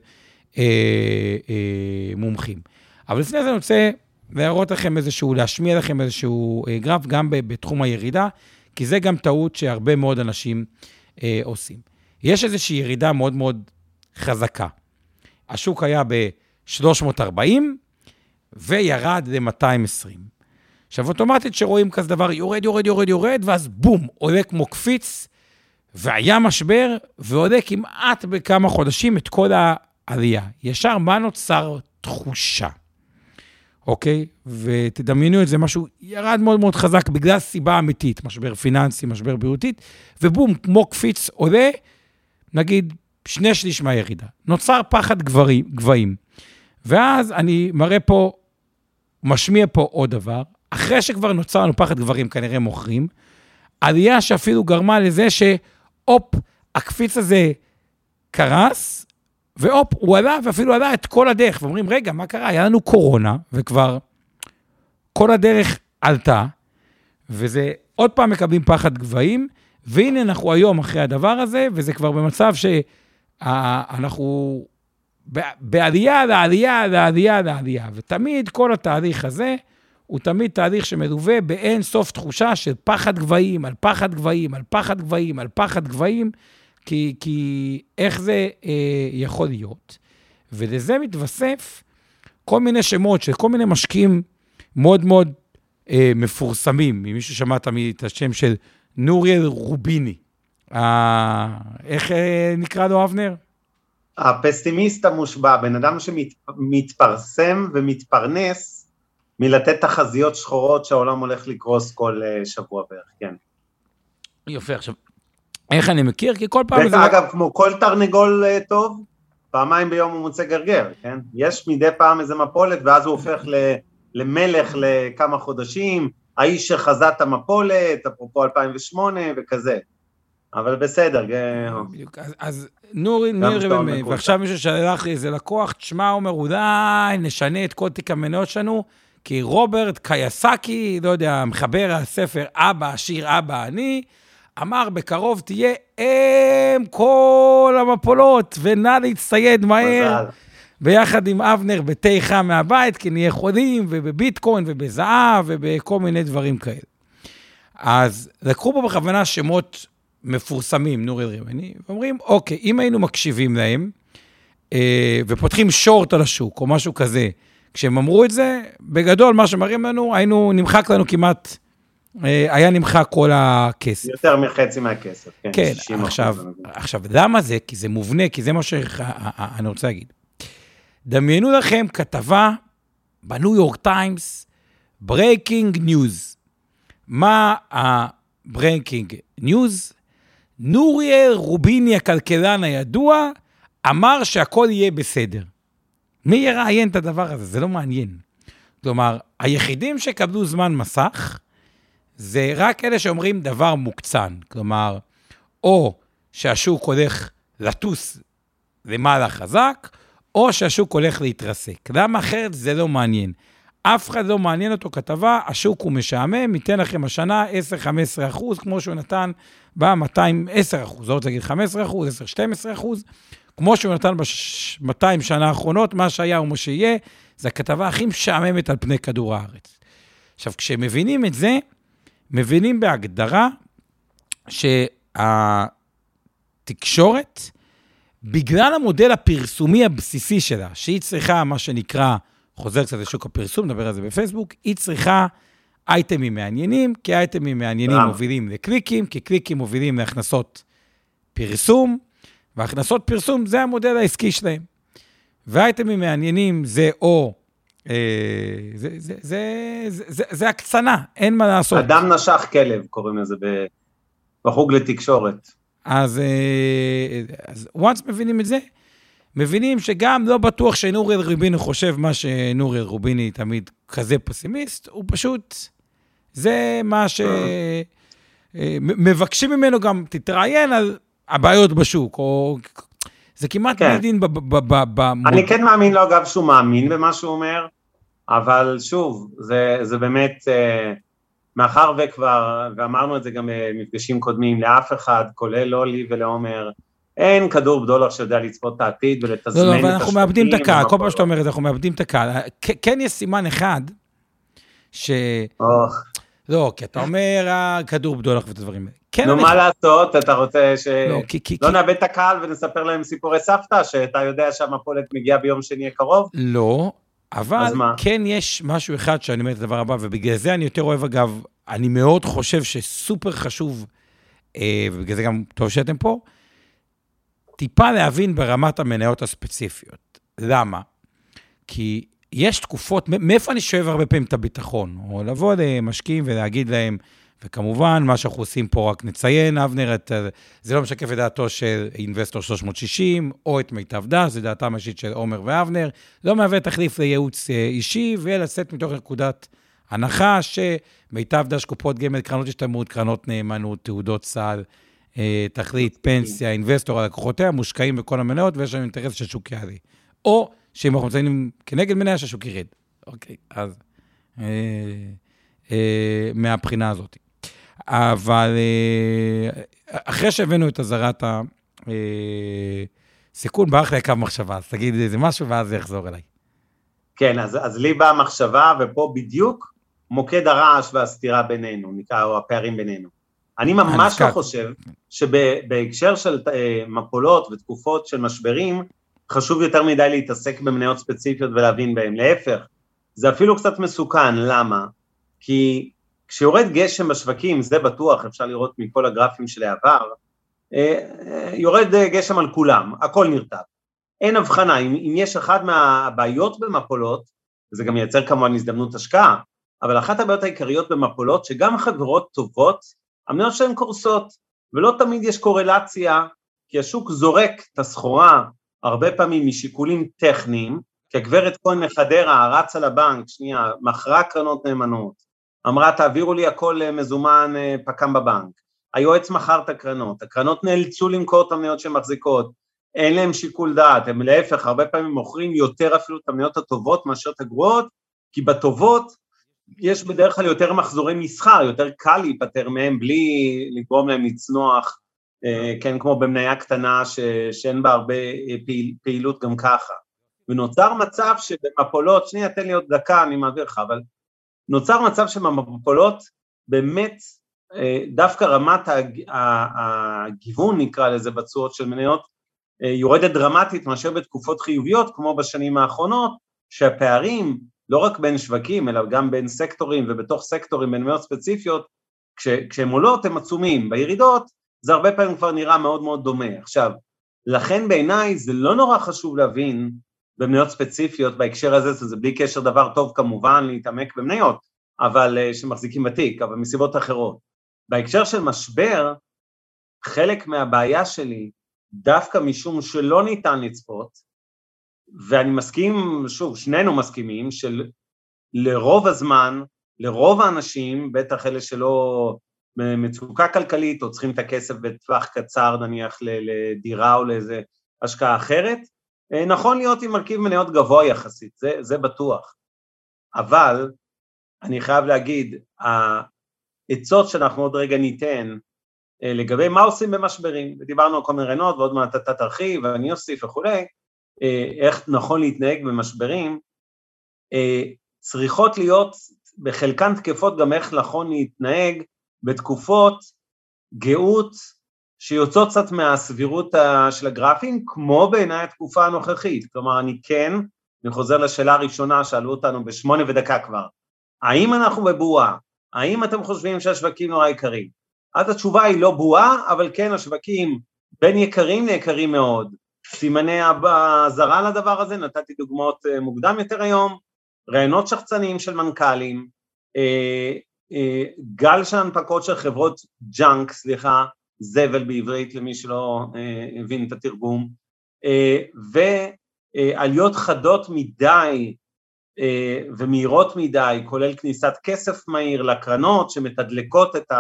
מומחים. אבל לפני זה אני רוצה להראות לכם איזשהו, להשמיע לכם איזשהו גרף, גם בתחום הירידה, כי זה גם טעות שהרבה מאוד אנשים עושים. יש איזושהי ירידה מאוד מאוד חזקה. השוק היה ב-340, וירד ל-220. עכשיו, אוטומטית שרואים כזה דבר, יורד, ואז בום, עולה כמו קפיץ, והיה משבר, ועולה כמעט בכמה חודשים את כל העלייה. ישר מה נוצר תחושה? אוקיי? ותדמיינו את זה, משהו ירד מאוד מאוד חזק, בגלל סיבה אמיתית, משבר פיננסי, משבר בריאותית, ובום, כמו קפיץ עולה, נגיד 2/3 מהירידה. נוצר פחד גבהים. ואז אני מראה פה, משמיע פה עוד דבר, אחרי שכבר נוצר לנו פחד גברים, כנראה מוכרים, עלייה שאפילו גרמה לזה שאופ, הקפיץ הזה קרס, ואופ, הוא עלה ואפילו עלה את כל הדרך, ואומרים, רגע, מה קרה? היה לנו קורונה, וכבר כל הדרך עלתה, וזה עוד פעם מקבלים פחד גבהים, והנה אנחנו היום אחרי הדבר הזה, וזה כבר במצב שאנחנו בעלייה, ותמיד כל התהליך הזה, הוא תמיד תהליך שמלווה באין סוף תחושה של פחד גבהים, על פחד גבהים, כי איך זה יכול להיות. ולזה מתווסף כל מיני שמות של כל מיני משקיעים מאוד מאוד מפורסמים. מישהו שמעת את השם של נוריאל רוביני. איך נקרא לו, אבנר? הפסימיסט המושבע, בן אדם שמתפרסם ומתפרנס מלתת תחזיות שחורות שהעולם הולך לקרוס כל שבוע בערך, כן. יופי, עכשיו, איך אני מכיר? כי כל פעם... אגב, כמו כל תרנגול טוב, פעמיים ביום הוא מוצא גרגר, כן? יש מדי פעם איזה מפולת, ואז הוא הופך למלך לכמה חודשים, האיש שחזה את המפולת, אפרופו 2008 וכזה. אבל בסדר. אז נורי, ועכשיו מישהו שלח לי איזה לקוח, תשמע, אומר, אולי נשנה את כל תיק המניות שלנו, כי רוברט קייסקי, לא יודע, מחבר הספר אבא, השיר אבא אני, אמר, בקרוב תהיה כל המפולות, ונא להצטייד מהר, ביחד עם אבנר בתי חם מהבית, כי נהיה חולים, ובביטקוין, ובזהב, ובכל מיני דברים כאלה. אז לקחו פה בכוונה שמות מפורסמים, נורי ריבני, ואומרים, אוקיי, אם היינו מקשיבים להם, ופותחים שורט על השוק, או משהו כזה, כשהם אמרו את זה, בגדול, מה שמראים לנו, נמחק לנו כמעט, היה נמחק כל הכסף. יותר מחצי מהכסף, כן. כן, עכשיו, למה זה? כי זה מובנה, כי זה מה שאני רוצה להגיד. דמיינו לכם כתבה בניו יורק טיימס, ברייקינג ניוז. מה הברייקינג ניוז? נוריאל רוביני, הכלכלן הידוע, אמר שהכל יהיה בסדר. מי יראיין את הדבר הזה? זה לא מעניין. כלומר, היחידים שקבלו זמן מסך, זה רק אלה שאומרים דבר מוקצן. כלומר, או שהשוק הולך לטוס למעלה חזק, או שהשוק הולך להתרסק. למה אחרת זה לא מעניין. אף אחד לא מעניין אותו כתבה, השוק הוא משעמם, ייתן לכם השנה 10-15%, כמו שהוא נתן ב-210%, זאת להגיד 15%, 10-12%, כמו שהוא נתן ב-200 שנה האחרונות, מה שהיה ומה שיהיה, זה הכתבה הכי משעממת על פני כדור הארץ. עכשיו, כשמבינים את זה, מבינים בהגדרה שהתקשורת, בגלל המודל הפרסומי הבסיסי שלה, שהיא צריכה מה שנקרא, חוזר קצת לשוק הפרסום, נדבר על זה בפייסבוק, היא צריכה אייטמים מעניינים, כי אייטמים מעניינים מובילים לקליקים, כי קליקים מובילים להכנסות פרסום, והכנסות פרסום זה המודל העסקי שלהם. והאייטמים מעניינים זה או, זה הקצנה, אין מה לעשות. אדם נשך כלב, קוראים לזה בחוג לתקשורת. אז once מבינים את זה, מבינים שגם לא בטוח שנוריאל רוביני חושב מה שנוריאל רוביני תמיד כזה פסימיסט, הוא פשוט, זה מה שמבקשים ממנו גם תתראיין על הבעיות בשוק, או זה כמעט מדין אני כן מאמין לו אגב שהוא מאמין במה שהוא אומר, אבל שוב, זה באמת, מאחר וכבר, ואמרנו את זה גם במפגשים קודמים, לאף אחד, כולל לא לי ולעומר, אין כדור בדולר שיודע לצפות את העתיד ולתזמן את השווקים. לא, אבל אנחנו מאבדים את הקהל, כל פעם שאתה אומר את זה, אנחנו מאבדים את הקהל. כן יש סימן אחד, לא, כי אתה אומר כדור בדולר ואת הדברים האלה. נו, מה לעשות? אתה רוצה שלא נאבד את הקהל ונספר להם סיפורי סבתא, שאתה יודע שהמפולת מגיעה ביום שני הקרוב? לא, אבל כן יש משהו אחד שאני אומר את הדבר הבא, ובגלל זה אני יותר אוהב אגב, אני מאוד חושב שסופר חשוב, ובגלל זה גם טוב שאתם פה, טיפה להבין ברמת המניות הספציפיות. למה? כי יש תקופות, מאיפה אני שואב הרבה פעמים את הביטחון? או לבוא למשקיעים ולהגיד להם, וכמובן, מה שאנחנו עושים פה רק נציין, אבנר, זה לא משקף את דעתו של אינבסטור 360, או את מיטב דש, זה דעתם האישית של עומר ואבנר, לא מהווה תחליף לייעוץ אישי, ולצאת מתוך נקודת הנחה, שמיטב דש, קופות גמל, קרנות השתלמות, קרנות נאמנות, תעודות סל, תכלית, פנסיה, אינבסטור, הלקוחותיה, מושקעים בכל המניות, ויש לנו אינטרס שהשוק יעלה. או שאם אנחנו מציינים כנגד מניה, שהשוק ירד. אוקיי, אז מהבחינה הזאת. אבל אחרי שהבאנו את הזרת הסיכון, ברח לי קו מחשבה, אז תגיד איזה משהו, ואז זה יחזור אליי. כן, אז לי באה מחשבה, ופה בדיוק מוקד הרעש והסתירה בינינו, או הפערים בינינו. אני ממש לא חושב שבהקשר של מפולות ותקופות של משברים, חשוב יותר מדי להתעסק במניות ספציפיות ולהבין בהם. להפך, זה אפילו קצת מסוכן. למה? כי כשיורד גשם בשווקים, זה בטוח, אפשר לראות מכל הגרפים של העבר, יורד גשם על כולם, הכל נרטב. אין הבחנה, אם יש אחת מהבעיות במפולות, זה גם ייצר כמובן הזדמנות השקעה, אבל אחת הבעיות העיקריות במפולות, שגם חברות טובות, המניות שהן קורסות, ולא תמיד יש קורלציה, כי השוק זורק את הסחורה, הרבה פעמים משיקולים טכניים, כי הגברת כהן מחדרה רצה לבנק, שנייה, מכרה קרנות נאמנות, אמרה, תעבירו לי הכל מזומן פקם בבנק. היועץ מכר את הקרנות, הקרנות נאלצו למכור את המניות שהן מחזיקות, אין להם שיקול דעת, הם להפך, הרבה פעמים מוכרים יותר אפילו את המניות הטובות מאשר את הגרועות, כי בטובות יש בדרך כלל יותר מחזורי מסחר, יותר קל להיפטר מהם בלי לגרום להם לצנוח, כן, כמו במניה קטנה שאין בה הרבה פעילות גם ככה. ונוצר מצב שבמפולות, שנייה, תן לי עוד דקה, אני מעביר לך, אבל נוצר מצב שבמפולות באמת דווקא רמת הגיוון נקרא לזה בתשואות של מניות יורדת דרמטית מאשר בתקופות חיוביות כמו בשנים האחרונות, שהפערים לא רק בין שווקים אלא גם בין סקטורים ובתוך סקטורים בין מניות ספציפיות, כשהם עולות הם עצומים, בירידות זה הרבה פעמים כבר נראה מאוד מאוד דומה. עכשיו, לכן בעיניי זה לא נורא חשוב להבין במניות ספציפיות בהקשר הזה, זה בלי קשר דבר טוב כמובן להתעמק במניות, אבל שמחזיקים בתיק, אבל מסיבות אחרות. בהקשר של משבר, חלק מהבעיה שלי, דווקא משום שלא ניתן לצפות, ואני מסכים, שוב, שנינו מסכימים, שלרוב הזמן, לרוב האנשים, בטח אלה שלא מצוקה כלכלית, או צריכים את הכסף בטווח קצר, נניח לדירה או לאיזה השקעה אחרת, נכון להיות עם מרכיב מניות גבוה יחסית, זה בטוח. אבל אני חייב להגיד, העצות שאנחנו עוד רגע ניתן, לגבי מה עושים במשברים, ודיברנו על כל מיני רעיונות, ועוד מעט אתה תרחיב, ואני אוסיף וכולי, איך נכון להתנהג במשברים, צריכות להיות בחלקן תקפות גם איך נכון להתנהג בתקופות גאות שיוצאות קצת מהסבירות של הגרפים, כמו בעיניי התקופה הנוכחית. כלומר, אני חוזר לשאלה הראשונה, שאלו אותנו ב8 ודקה כבר, האם אנחנו בבועה? האם אתם חושבים שהשווקים נורא יקרים? אז התשובה היא לא בועה, אבל כן השווקים בין יקרים ליקרים מאוד. סימני הזרה לדבר הזה, נתתי דוגמאות מוקדם יותר היום, רעיונות שחצניים של מנכ"לים, גל של הנפקות של חברות ג'אנק, זבל בעברית למי שלא הבין את התרגום, ועליות חדות מדי ומהירות מדי, כולל כניסת כסף מהיר לקרנות שמתדלקות את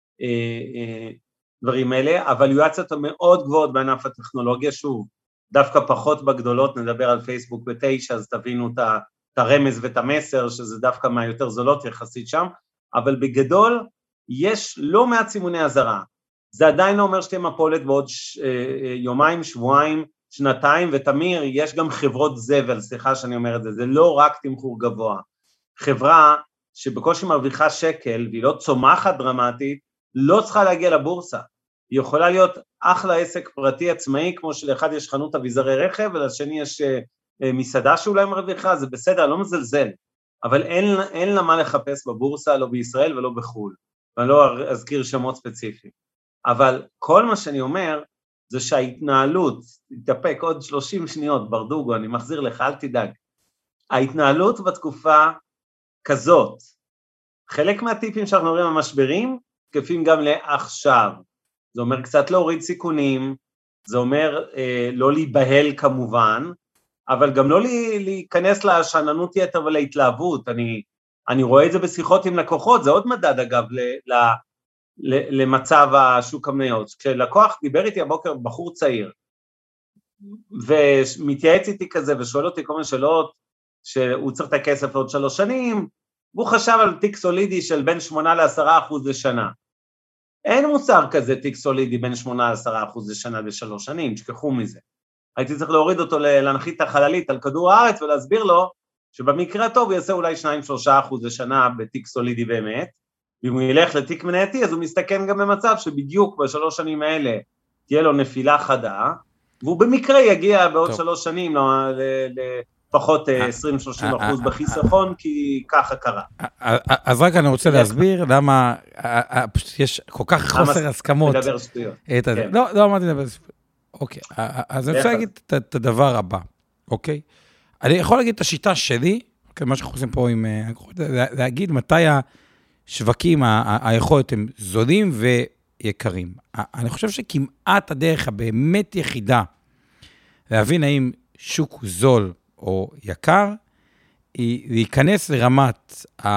הדברים האלה, הוואלואציות המאוד גבוהות בענף הטכנולוגיה, שוב, דווקא פחות בגדולות, נדבר על פייסבוק ב9, אז תבינו את הרמז ואת המסר, שזה דווקא מהיותר זולות יחסית שם, אבל בגדול יש לא מעט סימוני הזרה, זה עדיין לא אומר שתהיה מפולת בעוד יומיים, שבועיים, שנתיים, ותמיר, יש גם חברות זבל, סליחה שאני אומר את זה, זה לא רק תמחור גבוה, חברה שבקושי מרוויחה שקל, והיא לא צומחת דרמטית, לא צריכה להגיע לבורסה, היא יכולה להיות אחלה עסק פרטי עצמאי, כמו שלאחד יש חנות אביזרי רכב, ולשני יש מסעדה שאולי מרוויחה, זה בסדר, לא מזלזל, אבל אין לה מה לחפש בבורסה, לא בישראל ולא בחול, ואני לא אזכיר שמות ספציפיים, אבל כל מה שאני אומר, זה שההתנהלות, תתאפק עוד 30 שניות, ברדוגו, אני מחזיר לך, אל תדאג, ההתנהלות בתקופה כזאת, חלק מהטיפים שאנחנו רואים במשברים, תקפים גם לעכשיו, זה אומר קצת להוריד סיכונים, זה אומר לא להיבהל כמובן, אבל גם לא להיכנס לשעננות יתר ולהתלהבות, אני רואה את זה בשיחות עם לקוחות, זה עוד מדד אגב למצב השוק המניות, כשלקוח דיבר איתי הבוקר בחור צעיר, ומתייעץ איתי כזה ושואל אותי כל מיני שאלות, שהוא צריך את הכסף עוד 3 שנים, והוא חשב על תיק סולידי של בין 8-10% לשנה, אין מוצר כזה תיק סולידי בין 8-10% לשנה ל3 שנים, שכחו מזה. הייתי צריך להוריד אותו להנחית את החללית על כדור הארץ ולהסביר לו שבמקרה טוב הוא יעשה אולי 2-3% לשנה בתיק סולידי באמת, ואם הוא ילך לתיק מנייתי אז הוא מסתכן גם במצב שבדיוק ב3 שנים האלה תהיה לו נפילה חדה, והוא במקרה יגיע בעוד 3 שנים לפחות 20-30% בחיסכון, כי ככה קרה. אז רק אני רוצה להסביר למה יש כל כך חוסר הסכמות. לדבר שטויות. לא אמרתי לדבר שטויות. אוקיי, אז אני רוצה להגיד את הדבר הבא, אוקיי? אני יכול להגיד את השיטה שלי, מה שאנחנו עושים פה עם, להגיד מתי השווקים, היכולת הם זולים ויקרים. אני חושב שכמעט הדרך הבאמת יחידה, להבין האם שוק הוא זול או יקר, היא להיכנס לרמת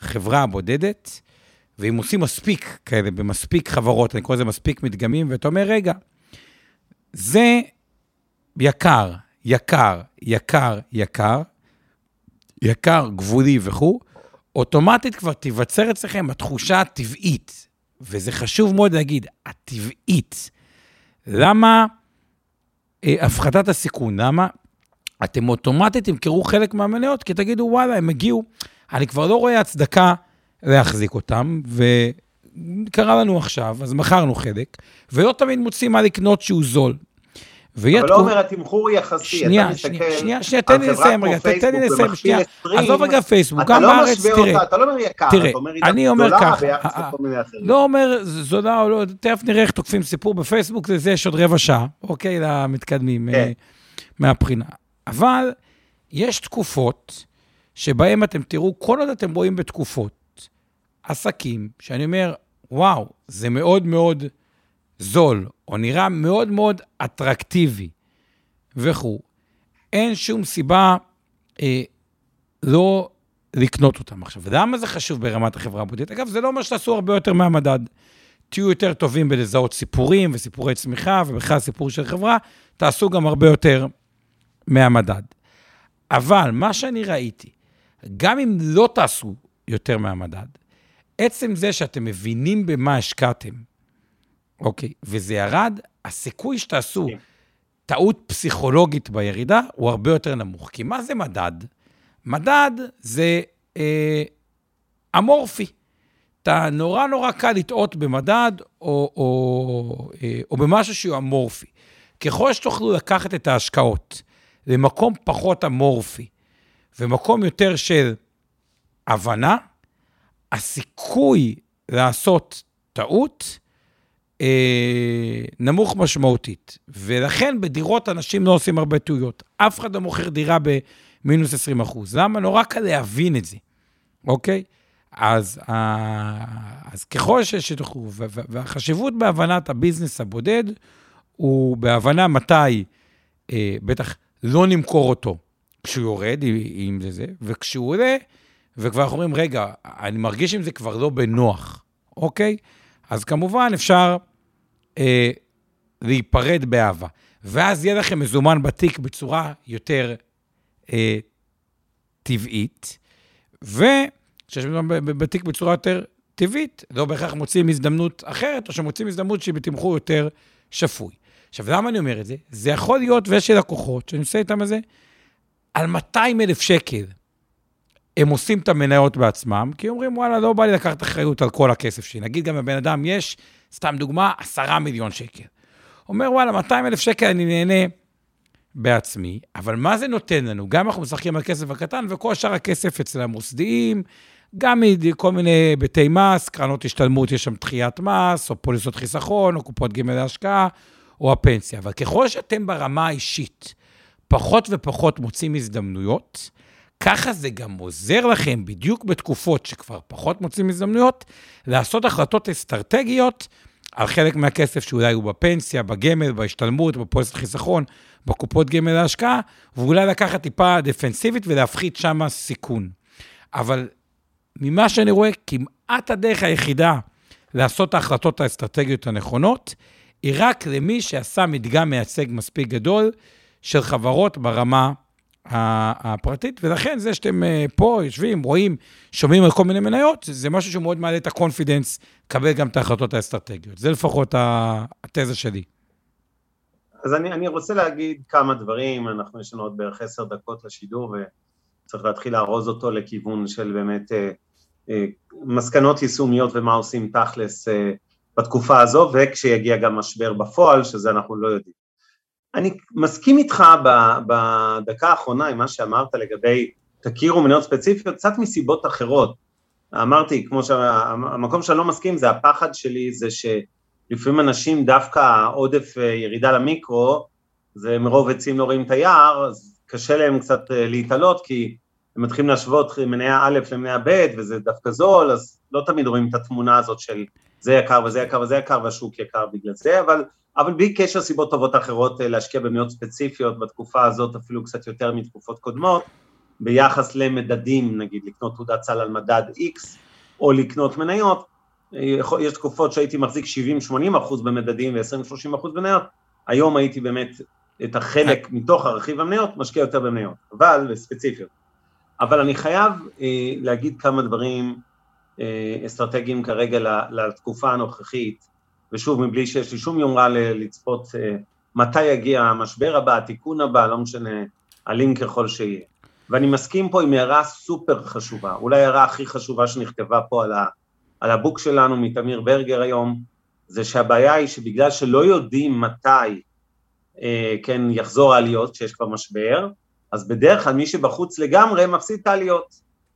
החברה הבודדת, ואם עושים מספיק כאלה, במספיק חברות, אני קורא לזה מספיק מדגמים, ואתה אומר, רגע, זה יקר, יקר, יקר, יקר, יקר, גבולי וכו', אוטומטית כבר תיווצר אצלכם התחושה הטבעית, וזה חשוב מאוד להגיד, הטבעית. למה הפחתת הסיכון? למה אתם אוטומטית תמכרו חלק מהמניות, כי תגידו, וואלה, הם הגיעו, אני כבר לא רואה הצדקה להחזיק אותם, וקרה לנו עכשיו, אז מכרנו חלק, ולא תמיד מוצאים מה לקנות שהוא זול. אבל לא אומר, התמחור יחסי, שנייה, תן לי לסיים רגע, תן לי לסיים, שנייה, עזוב רגע פייסבוק, גם בארץ, תראה, אתה לא אומר יקר, אתה אומר אני אומר ככה, אחרים. לא אומר זולה או לא, תכף נראה איך תוקפים סיפור בפייסבוק, לזה יש עוד רבע שעה, אוקיי, למתקדמים מהבחינה, אבל יש תקופות שבהם אתם תראו, כל עוד אתם רואים בתקופות, עסקים, שאני אומר, וואו, זה מאוד מאוד זול, או נראה מאוד מאוד אטרקטיבי, וכו'. אין שום סיבה לא לקנות אותם עכשיו. ולמה זה חשוב ברמת החברה הבודדת? אגב, זה לא אומר שתעשו הרבה יותר מהמדד. תהיו יותר טובים בלזהות סיפורים וסיפורי צמיחה, ובכלל סיפור של חברה, תעשו גם הרבה יותר מהמדד. אבל מה שאני ראיתי, גם אם לא תעשו יותר מהמדד, עצם זה שאתם מבינים במה השקעתם, אוקיי, וזה ירד, הסיכוי שתעשו טעות פסיכולוגית בירידה הוא הרבה יותר נמוך. כי מה זה מדד? מדד זה אמורפי. אתה נורא קל לטעות במדד או במשהו שהוא אמורפי. ככל שתוכלו לקחת את ההשקעות למקום פחות אמורפי ומקום יותר של הבנה, הסיכוי לעשות טעות נמוך משמעותית, ולכן בדירות אנשים לא עושים הרבה טעויות. אף אחד לא מוכר דירה במינוס 20%. למה? נורא קל להבין את זה, אוקיי? אז ככל שתוכלו, והחשיבות בהבנת הביזנס הבודד, הוא בהבנה מתי בטח לא נמכור אותו כשהוא יורד, אם זה, וכשהוא עולה, וכבר אנחנו אומרים, רגע, אני מרגיש אם זה כבר לא בנוח, אוקיי? אז כמובן אפשר להיפרד באהבה. ואז יהיה לכם מזומן בתיק בצורה יותר טבעית, וכשיש מזומן בתיק בצורה יותר טבעית, לא בהכרח מוצאים הזדמנות אחרת, או שמוצאים הזדמנות שהיא בתמחור יותר שפוי. עכשיו, למה אני אומר את זה? זה יכול להיות ויש לקוחות, שאני עושה איתם את זה, על 200,000 שקל, הם עושים את המניות בעצמם, כי אומרים, וואלה, לא בא לי לקחת אחריות על כל הכסף שלי. נגיד גם לבן אדם יש, סתם דוגמה, 10 מיליון שקל. אומר, וואלה, 200,000 שקל אני נהנה בעצמי, אבל מה זה נותן לנו? גם אנחנו משחקים על כסף הקטן, וכל שאר הכסף אצל המוסדיים, גם כל מיני ביתי מס, קרנות השתלמות, יש שם דחיית מס, או פוליסות חיסכון, או קופות גמל להשקעה, או הפנסיה. אבל ככל שאתם ברמה האישית, פחות ופחות מוצאים הזדמנויות, ככה זה גם עוזר לכם, בדיוק בתקופות שכבר פחות מוצאים הזדמנויות, לעשות החלטות אסטרטגיות על חלק מהכסף שאולי הוא בפנסיה, בגמל, בהשתלמות, בפוליסת חיסכון, בקופות גמל להשקעה, ואולי לקחת טיפה דפנסיבית ולהפחית שם סיכון. אבל ממה שאני רואה, כמעט הדרך היחידה לעשות ההחלטות האסטרטגיות הנכונות, היא רק למי שעשה מדגם מייצג מספיק גדול של חברות ברמה הפרטית, ולכן זה שאתם פה יושבים, רואים, שומעים על כל מיני מניות, זה משהו שהוא מאוד מעלה את הקונפידנס, קבל גם את ההחלטות האסטרטגיות. זה לפחות התזה שלי. אז אני רוצה להגיד כמה דברים, יש לנו עוד בערך 10 דקות לשידור, וצריך להתחיל לארוז אותו לכיוון של באמת מסקנות יישומיות ומה עושים תכלס בתקופה הזו, וכשיגיע גם משבר בפועל, שזה אנחנו לא יודעים. אני מסכים איתך בדקה האחרונה עם מה שאמרת לגבי תכירו מניות ספציפיות, קצת מסיבות אחרות. אמרתי, כמו שהמקום שאני לא מסכים, זה הפחד שלי, זה שלפעמים אנשים דווקא עודף ירידה למיקרו, זה מרוב עצים לא רואים את היער, אז קשה להם קצת להתעלות, כי הם מתחילים להשוות מניה א' למניה ב', וזה דווקא זול, אז לא תמיד רואים את התמונה הזאת של זה יקר וזה יקר וזה יקר, והשוק יקר בגלל זה, אבל בלי קשר סיבות טובות אחרות להשקיע במניות ספציפיות בתקופה הזאת, אפילו קצת יותר מתקופות קודמות, ביחס למדדים, נגיד לקנות תעודת סל על מדד X, או לקנות מניות, יש תקופות שהייתי מחזיק 70-80% במדדים ו-20-30% במניות, היום הייתי באמת את החלק מתוך הרכיב המניות, משקיע יותר במניות, אבל ספציפיות. אבל אני חייב להגיד כמה דברים אסטרטגיים כרגע לתקופה הנוכחית, ושוב, מבלי שיש לי שום יומרה לצפות מתי יגיע המשבר הבא, התיקון הבא, לא משנה, אלים ככל שיהיה. ואני מסכים פה עם הערה סופר חשובה, אולי הערה הכי חשובה שנכתבה פה על הבוק שלנו מתמיר ברגר היום, זה שהבעיה היא שבגלל שלא יודעים מתי כן יחזור העליות שיש כבר משבר, אז בדרך כלל מי שבחוץ לגמרי מפסיד את העליות,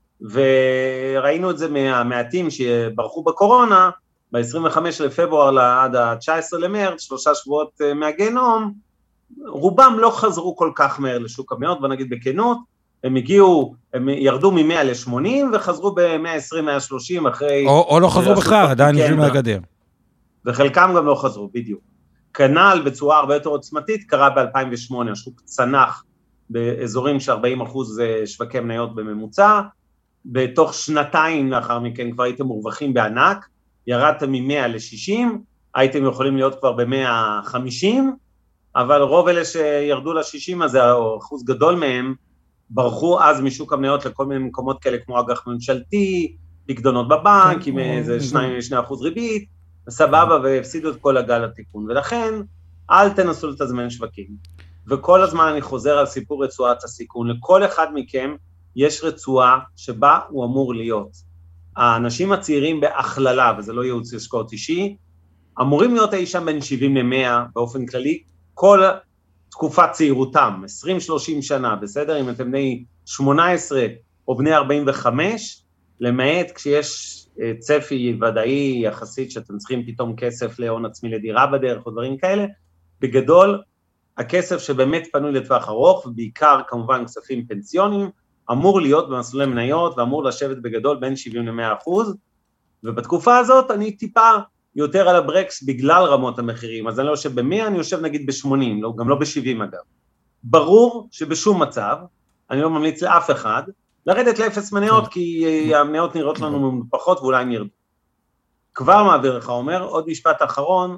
וראינו את זה מהמעטים שברחו בקורונה, ב-25 לפברואר עד ה-19 למרץ, 3 שבועות מהגיהנום, רובם לא חזרו כל כך מהר לשוק המניות, ונגיד בכנות, הם ירדו מ-100 ל-80 וחזרו ב-120-130 אחרי... או לא חזרו בכלל, עדיין יושבים מהגדר. וחלקם גם לא חזרו, בדיוק. כנ"ל בצורה הרבה יותר עוצמתית, קרה ב-2008, השוק צנח באזורים ש-40% שווקי מניות בממוצע, בתוך שנתיים לאחר מכן כבר הייתם מורווחים בענק, ירדתם מ-100 ל-60, הייתם יכולים להיות כבר ב-150, אבל רוב אלה שירדו ל-60 הזה, או אחוז גדול מהם, ברחו אז משוק המניות לכל מיני מקומות כאלה, כמו אג"ח ממשלתי, פקדונות בבנק, עם איזה 2% ריבית, סבבה, והפסידו את כל הגל התיקון, ולכן אל תנסו לתזמן שווקים, וכל הזמן אני חוזר על סיפור רצועת הסיכון, לכל אחד מכם יש רצועה שבה הוא אמור להיות. האנשים הצעירים בהכללה, וזה לא ייעוץ השקעות אישי, אמורים להיות אי שם בין 70 ל-100 באופן כללי, כל תקופת צעירותם, 20-30 שנה, בסדר? אם אתם בני 18 או בני 45, למעט כשיש צפי ודאי יחסית שאתם צריכים פתאום כסף להון עצמי לדירה בדרך או דברים כאלה, בגדול הכסף שבאמת פנוי לטווח ארוך, ובעיקר כמובן כספים פנסיונים, אמור להיות במסלולי מניות, ואמור לשבת בגדול בין 70 ל-100%, ובתקופה הזאת אני טיפה יותר על הברקס בגלל רמות המחירים, אז אני לא יושב ב-100, אני יושב נגיד ב-80, לא, גם לא ב-70 אגב. ברור שבשום מצב, אני לא ממליץ לאף אחד, לרדת לאפס מניות, כי המניות נראות לנו פחות ואולי הם ירדו. כבר מעביר לך אומר, עוד משפט אחרון,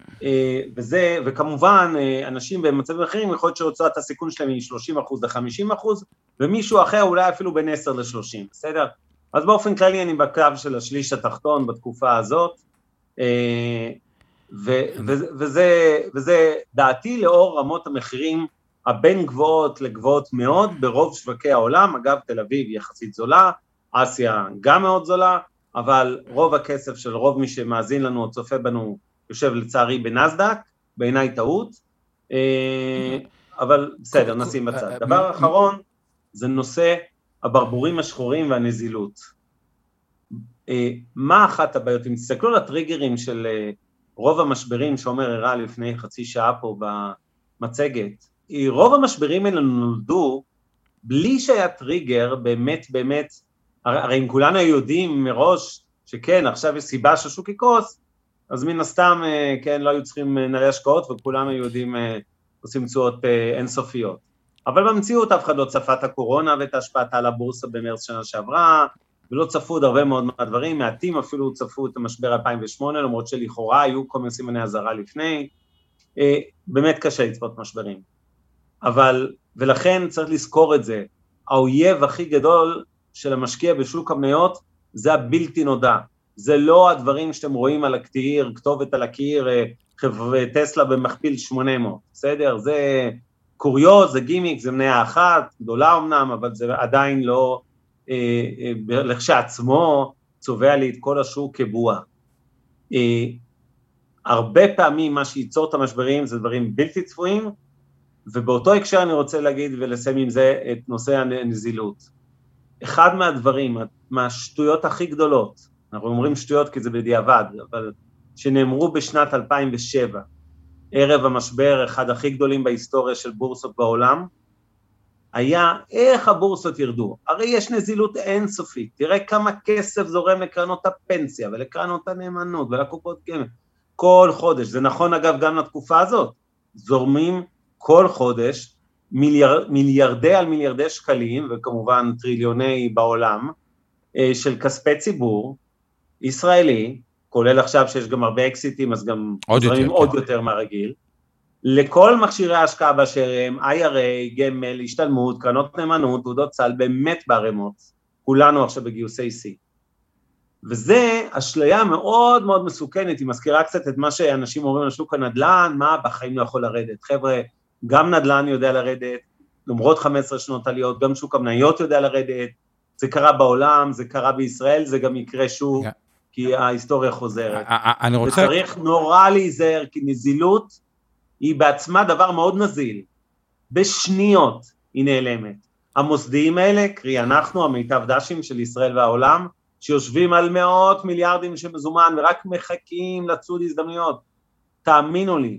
וכמובן אנשים במצבים אחרים יכול להיות שהוצאת הסיכון שלהם היא 30% ל-50%, ומישהו אחר אולי אפילו בין 10 ל-30, בסדר? אז באופן כללי אני בקו של השליש התחתון בתקופה הזאת, וזה דעתי לאור רמות המחירים הבין גבוהות לגבוהות מאוד ברוב שווקי העולם, אגב תל אביב יחסית זולה, אסיה גם מאוד זולה, אבל רוב הכסף של רוב מי שמאזין לנו או צופה בנו יושב לצערי בנסדק, בעיניי טעות, אבל בסדר, נשים בצד. דבר אחרון, זה נושא הברבורים השחורים והנזילות. מה אחת הבעיות? אם תסתכלו על הטריגרים של רוב המשברים שאומר הראה לפני חצי שעה פה במצגת, רוב המשברים האלה נולדו בלי שהיה טריגר, באמת, הרי אם כולנו יודעים מראש שכן, עכשיו יש סיבה שהשוק יקרוס, אז מן הסתם, כן, לא היו צריכים נעלי השקעות, וכולנו יודעים עושים תשואות אינסופיות. אבל במציאות אף אחד לא צפה את הקורונה ואת ההשפעתה על הבורסה במרץ שנה שעברה, ולא צפו עוד הרבה מאוד מהדברים, מעטים אפילו צפו את המשבר 2008, למרות שלכאורה היו כל מיני סימני אזהרה לפני, באמת קשה לצפות משברים. ולכן צריך לזכור את זה, האויב הכי גדול של המשקיע בשוק המניות, זה הבלתי נודע. זה לא הדברים שאתם רואים על הקיר, כתובת על הקיר, טסלה במכפיל 800, בסדר? זה קוריוז, זה גימיק, זה מניה אחת, גדולה אמנם, אבל זה עדיין לא, לכשעצמו צובע לי את כל השוק כבועה. הרבה פעמים מה שייצור את המשברים זה דברים בלתי צפויים, ובאותו הקשר אני רוצה להגיד ולסיים עם זה את נושא הנזילות. אחד מהדברים, מהשטויות הכי גדולות, אנחנו אומרים שטויות כי זה בדיעבד, אבל שנאמרו בשנת 2007, ערב המשבר, אחד הכי גדולים בהיסטוריה של בורסות בעולם, היה איך הבורסות ירדו. הרי יש נזילות אינסופית, תראה כמה כסף זורם לקרנות הפנסיה ולקרנות הנאמנות ולקופות גמל, כל חודש, זה נכון אגב גם לתקופה הזאת, זורמים כל חודש מיליארדי על מיליארדי שקלים, וכמובן טריליוני בעולם, של כספי ציבור, ישראלי, כולל עכשיו שיש גם הרבה אקסיטים, אז גם עוד יותר מהרגיל, לכל מכשירי ההשקעה באשר הם, IRA, גמל, השתלמות, קרנות נאמנות, תעודות סל, באמת בערימות, כולנו עכשיו בגיוסי C. וזה אשליה מאוד מאוד מסוכנת, היא מזכירה קצת את מה שאנשים אומרים על שוק הנדל"ן, מה בחיים לא יכול לרדת. חבר'ה, גם נדל"ן יודע לרדת, למרות 15 שנות עליות, גם שוק המניות יודע לרדת, זה קרה בעולם, זה קרה בישראל, זה גם יקרה שוב, כי ההיסטוריה חוזרת. וצריך נורא להיזהר, כי נזילות היא בעצמה דבר מאוד נזיל. בשניות היא נעלמת. המוסדיים האלה, קרי אנחנו, המיטב דשים של ישראל והעולם, שיושבים על מאות מיליארדים שמזומן, ורק מחכים לצוד הזדמנויות. תאמינו לי,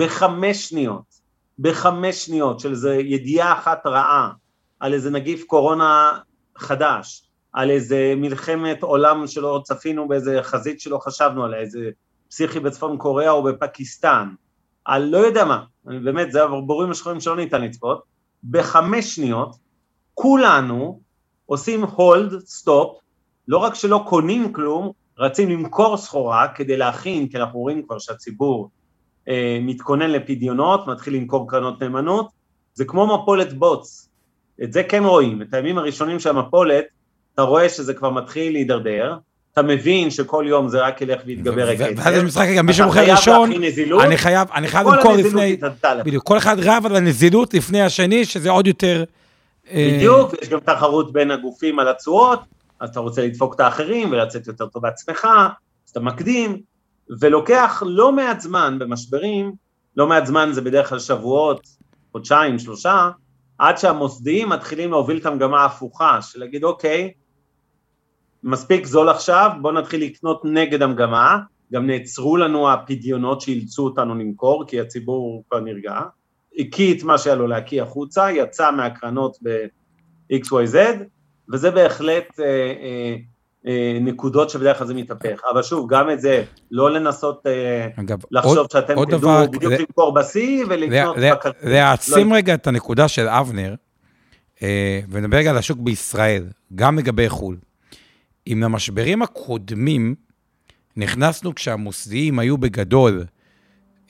בחמש שניות של איזו ידיעה אחת רעה, על איזה נגיף קורונה חדש, על איזה מלחמת עולם שלא צפינו באיזה חזית שלא חשבנו עליה, איזה פסיכי בצפון קוריאה או בפקיסטן, על לא יודע מה, באמת זה הברבורים השחורים שלא ניתן לצפות, ב5 שניות כולנו עושים hold, stop, לא רק שלא קונים כלום, רצים למכור סחורה כדי להכין, כי אנחנו רואים כבר שהציבור מתכונן לפדיונות, מתחיל למכור קרנות נאמנות, זה כמו מפולת בוץ, את זה כן רואים, את הימים הראשונים של המפולת, אתה רואה שזה כבר מתחיל להידרדר, אתה מבין שכל יום זה רק ילך ויתגבר הקצב. ואז יש משחק גם מי שמוכר ראשון, אני חייב למכור לפני, בדיוק, כל אחד רב על הנזילות לפני השני, שזה עוד יותר... בדיוק, יש גם תחרות בין הגופים על הצורות, אז אתה רוצה לדפוק את האחרים ולצאת יותר טוב בעצמך, אז אתה מקדים, ולוקח לא מעט זמן במשברים, לא מעט זמן זה בדרך כלל שבועות, חודשיים, 3, עד שהמוסדיים מתחילים להוביל את המגמה ההפוכה, של להגיד אוקיי, מספיק זול עכשיו, בוא נתחיל לקנות נגד המגמה, גם נעצרו לנו הפדיונות שאילצו אותנו למכור, כי הציבור כבר נרגע, הקיא את מה שהיה לו להקיא החוצה, יצא מהקרנות ב-XYZ, וזה בהחלט נקודות שבדרך כלל זה מתהפך, אבל שוב, גם את זה, לא לנסות לחשוב שאתם תדעו בדיוק למכור בסי ולקנות בכרטיס. להעצים רגע את הנקודה של אבנר, ונדבר רגע על השוק בישראל, גם לגבי חול. עם המשברים הקודמים, נכנסנו כשהמוסדיים היו בגדול 35%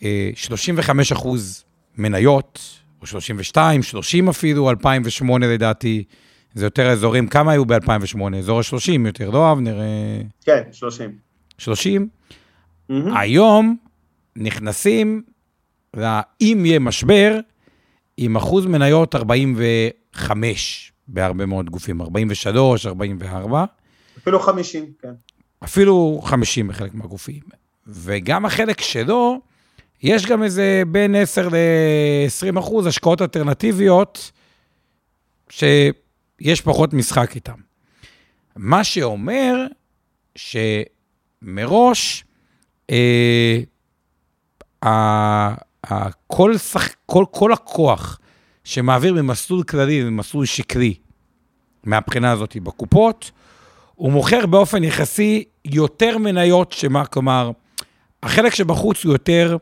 מניות, או 32, 30 אפילו, 2008 לדעתי, זה יותר אזורים, כמה היו ב-2008? אזור ה-30 יותר, לא אבנר? כן, 30. 30? היום נכנסים, אם יהיה משבר, עם אחוז מניות 45 בהרבה מאוד גופים, 43, 44. אפילו 50, כן. אפילו 50 בחלק מהגופים. וגם החלק שלו, יש גם איזה בין 10 ל-20% השקעות אלטרנטיביות, שיש פחות משחק איתם. מה שאומר שמראש, כל הכוח שמעביר ממסלול כללי למסלול שקרי, מהבחינה הזאת בקופות, הוא מוכר באופן יחסי יותר מניות שמה, כלומר, החלק שבחוץ הוא יותר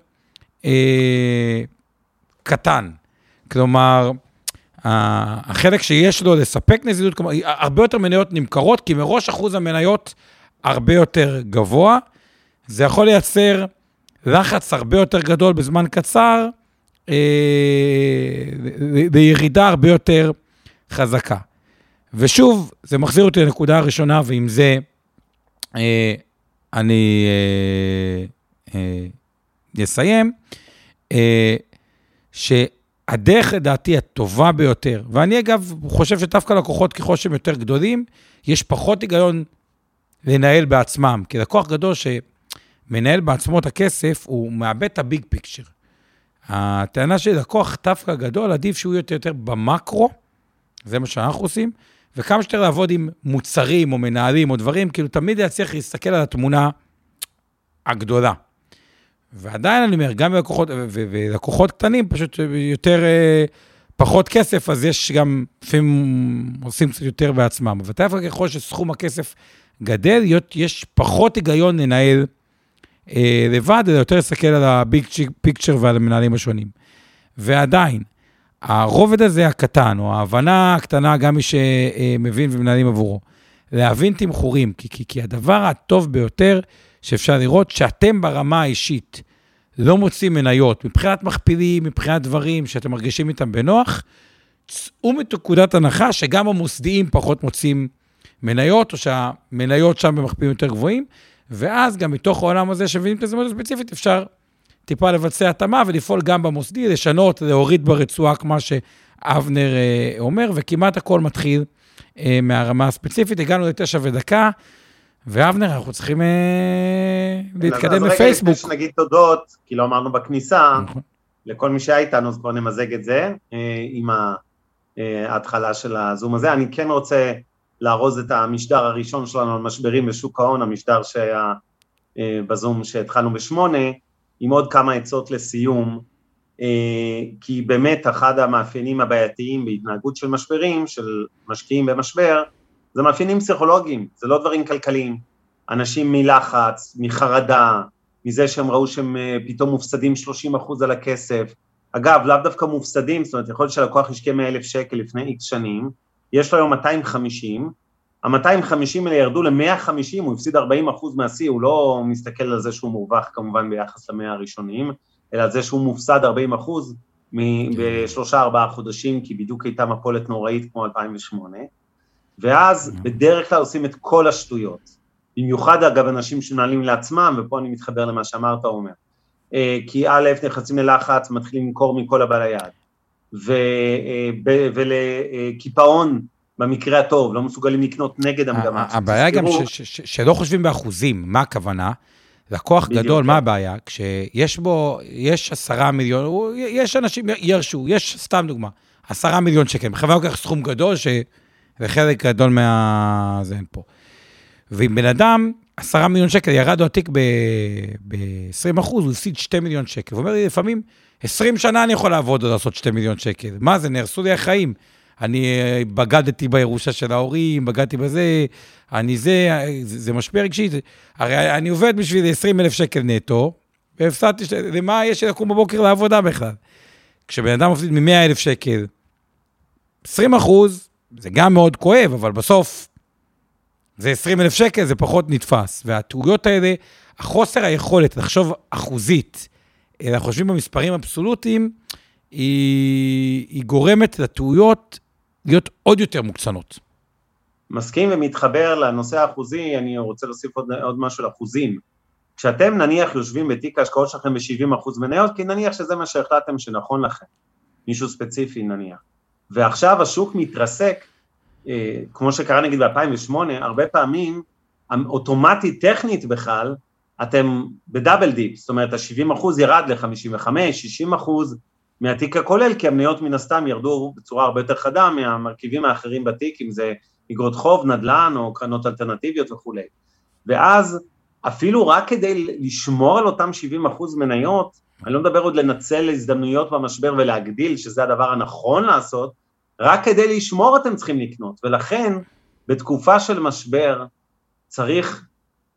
קטן. כלומר, החלק שיש לו לספק נזילות, כלומר, הרבה יותר מניות נמכרות, כי מראש אחוז המניות הרבה יותר גבוה. זה יכול לייצר לחץ הרבה יותר גדול בזמן קצר, לירידה הרבה יותר חזקה. ושוב, זה מחזיר אותי לנקודה הראשונה, ועם זה אני אסיים, שהדרך לדעתי הטובה ביותר, ואני אגב חושב שדווקא לקוחות ככל שהם יותר גדולים, יש פחות היגיון לנהל בעצמם, כי לקוח גדול שמנהל בעצמו את הכסף, הוא מאבד את הביג פיקצ'ר. הטענה של לקוח דווקא גדול, עדיף שהוא יותר במקרו, זה מה שאנחנו עושים, וכמה שיותר לעבוד עם מוצרים או מנהלים או דברים, כאילו תמיד יצליח להסתכל על התמונה הגדולה. ועדיין אני אומר, גם ולקוחות קטנים, פשוט יותר, פחות כסף, אז יש גם, לפעמים עושים קצת יותר בעצמם. ודווקא ככל שסכום הכסף גדל, יש פחות היגיון לנהל לבד, אלא יותר להסתכל על הביג פיקצ'ר ועל המנהלים השונים. ועדיין, הרובד הזה הקטן, או ההבנה הקטנה, גם מי שמבין ומנהלים עבורו, להבין תמחורים, כי הדבר הטוב ביותר שאפשר לראות, שאתם ברמה האישית לא מוצאים מניות, מבחינת מכפילים, מבחינת דברים שאתם מרגישים איתם בנוח, צאו מתקודת הנחה שגם המוסדיים פחות מוצאים מניות, או שהמניות שם במכפילים יותר גבוהים, ואז גם מתוך העולם הזה שמבינים את הזמנות הספציפית, אפשר טיפה לבצע התאמה ולפעול גם במוסדי, לשנות, להוריד ברצועה, כמו שאבנר אומר, וכמעט הכל מתחיל מהרמה הספציפית. הגענו ל9:01, ואבנר, אנחנו צריכים להתקדם לפייסבוק. אז רגע, נגיד תודות, כי לא אמרנו בכניסה, לכל מי שהיה איתנו, אז כבר נמזג את זה, עם ההתחלה של הזום הזה. אני כן רוצה לארוז את המשדר הראשון שלנו על משברים בשוק ההון, המשדר שהיה בזום שהתחלנו ב8, עם עוד כמה עצות לסיום, כי באמת אחד המאפיינים הבעייתיים בהתנהגות של משברים, של משקיעים במשבר, זה מאפיינים פסיכולוגיים, זה לא דברים כלכליים. אנשים מלחץ, מחרדה, מזה שהם ראו שהם פתאום מופסדים 30% על הכסף. אגב, לאו דווקא מופסדים, זאת אומרת, יכול להיות שלקוח ישקיע 100,000 שקל לפני X שנים, יש לו היום 250, ה-250 האלה ירדו ל-150, הוא הפסיד 40% מהשיא, הוא לא מסתכל על זה שהוא מורווח כמובן ביחס ל100 הראשונים, אלא על זה שהוא מופסד 40% ב3-4 חודשים, כי בדיוק הייתה מפולת נוראית כמו 2008, ואז בדרך כלל עושים את כל השטויות, במיוחד אגב אנשים שמנהלים לעצמם, ופה אני מתחבר למה שאמרת אומר, כי א' נכנסים ללחץ, מתחילים למכור מכל הבא ליד, ולקיפאון, במקרה הטוב, לא מסוגלים לקנות נגד המגמה. הבעיה גם שלא חושבים באחוזים, מה הכוונה? לקוח גדול, מה הבעיה? כשיש בו, יש 10 מיליון, יש אנשים ירשו, יש סתם דוגמה, 10 מיליון שקל, בכוונה לוקח סכום גדול, וחלק גדול זה אין פה. ואם בן אדם, 10 מיליון שקל, ירד לו התיק ב-20%, הוא הפסיד 2 מיליון שקל. הוא אומר לי, לפעמים, 20 שנה אני יכול לעבוד או לעשות 2 מיליון שקל. מה זה? נהרסו לי החיים. אני בגדתי בירושה של ההורים, בגדתי בזה, זה משפיע רגשית. הרי אני עובד בשביל 20,000 שקל נטו, והפסדתי, למה יש לקום בבוקר לעבודה בכלל? כשבן אדם מפסיד מ100,000 שקל, 20%, זה גם מאוד כואב, אבל בסוף, זה 20,000 שקל, זה פחות נתפס. והטעויות האלה, החוסר היכולת לחשוב אחוזית, אלא חושבים במספרים אבסולוטיים, היא גורמת לטעויות להיות עוד יותר מוקצנות. מסכים ומתחבר לנושא האחוזי, אני רוצה להוסיף עוד משהו לאחוזים. כשאתם נניח יושבים בתיק ההשקעות שלכם ב-70% מניות, כי נניח שזה מה שהחלטתם שנכון לכם, מישהו ספציפי נניח, ועכשיו השוק מתרסק, כמו שקרה נגיד ב-2008, הרבה פעמים, אוטומטית טכנית בכלל, אתם בדאבל דיפ, זאת אומרת, ה-70% ירד ל-55, 60%, מהתיק הכולל, כי המניות מן הסתם ירדו בצורה הרבה יותר חדה מהמרכיבים האחרים בתיק, אם זה אגרות חוב, נדל"ן או קרנות אלטרנטיביות וכו'. ואז אפילו רק כדי לשמור על אותם 70% מניות, אני לא מדבר עוד לנצל הזדמנויות במשבר ולהגדיל, שזה הדבר הנכון לעשות, רק כדי לשמור אתם צריכים לקנות, ולכן בתקופה של משבר צריך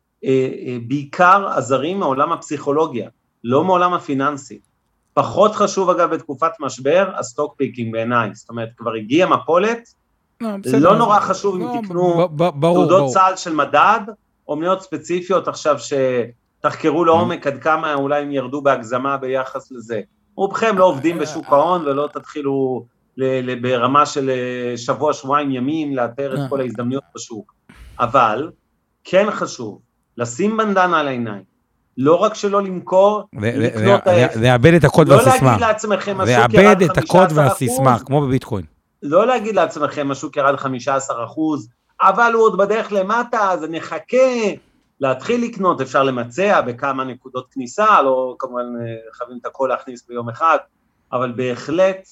בעיקר עזרים מעולם הפסיכולוגיה, לא מעולם הפיננסי. פחות חשוב אגב בתקופת משבר, הסטוק פיקינג בעיניי, זאת אומרת כבר הגיע מפולת, לא נורא חשוב אם תקנו תעודות צה"ל של מדד, או מניות ספציפיות עכשיו שתחקרו לעומק עד כמה אולי הם ירדו בהגזמה ביחס לזה. רובכם לא עובדים בשוק ההון ולא תתחילו ברמה של שבוע, שבועיים ימים לאתר את כל ההזדמנויות בשוק. אבל כן חשוב לשים בנדנה על העיניים, לא רק שלא למכור, לקנות ההפך. לאבד את הקוד והסיסמה. לא להגיד לעצמכם השוק ירד 15%. לאבד את הקוד והסיסמה, כמו בביטקוין. לא להגיד לעצמכם השוק ירד 15%, אבל הוא עוד בדרך למטה, אז אני אחכה להתחיל לקנות, אפשר למצע בכמה נקודות כניסה, לא כמובן חייבים את הכל להכניס ביום אחד, אבל בהחלט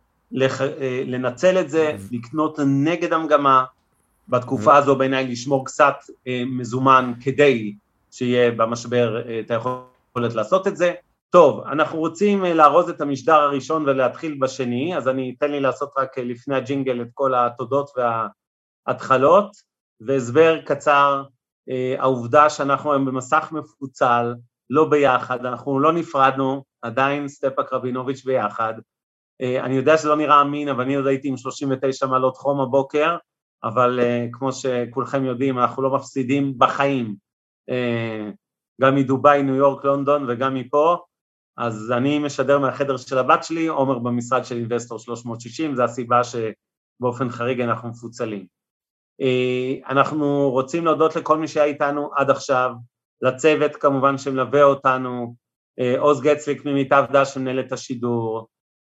לנצל את זה, לקנות נגד המגמה, בתקופה הזו בעיניי לשמור קצת מזומן כדי שיהיה במשבר את היכולת לעשות את זה. טוב, אנחנו רוצים לארוז את המשדר הראשון ולהתחיל בשני, אז אני אתן לי לעשות רק לפני הג'ינגל את כל התודות וההתחלות, והסבר קצר, העובדה שאנחנו היום במסך מפוצל, לא ביחד, אנחנו לא נפרדנו, עדיין סטפאק רבינוביץ' ביחד, אני יודע שזה לא נראה אמין, אבל אני עוד הייתי עם 39 מעלות חום הבוקר, אבל כמו שכולכם יודעים, אנחנו לא מפסידים בחיים, גם מדוביי, ניו יורק, לונדון וגם מפה, אז אני משדר מהחדר של הבת שלי, עומר במשרד של אינבסטור 360, זו הסיבה שבאופן חריג אנחנו מפוצלים. אנחנו רוצים להודות לכל מי שהיה איתנו עד עכשיו, לצוות כמובן שמלווה אותנו, עוז גצליק ממיטב דש שמנהל את השידור,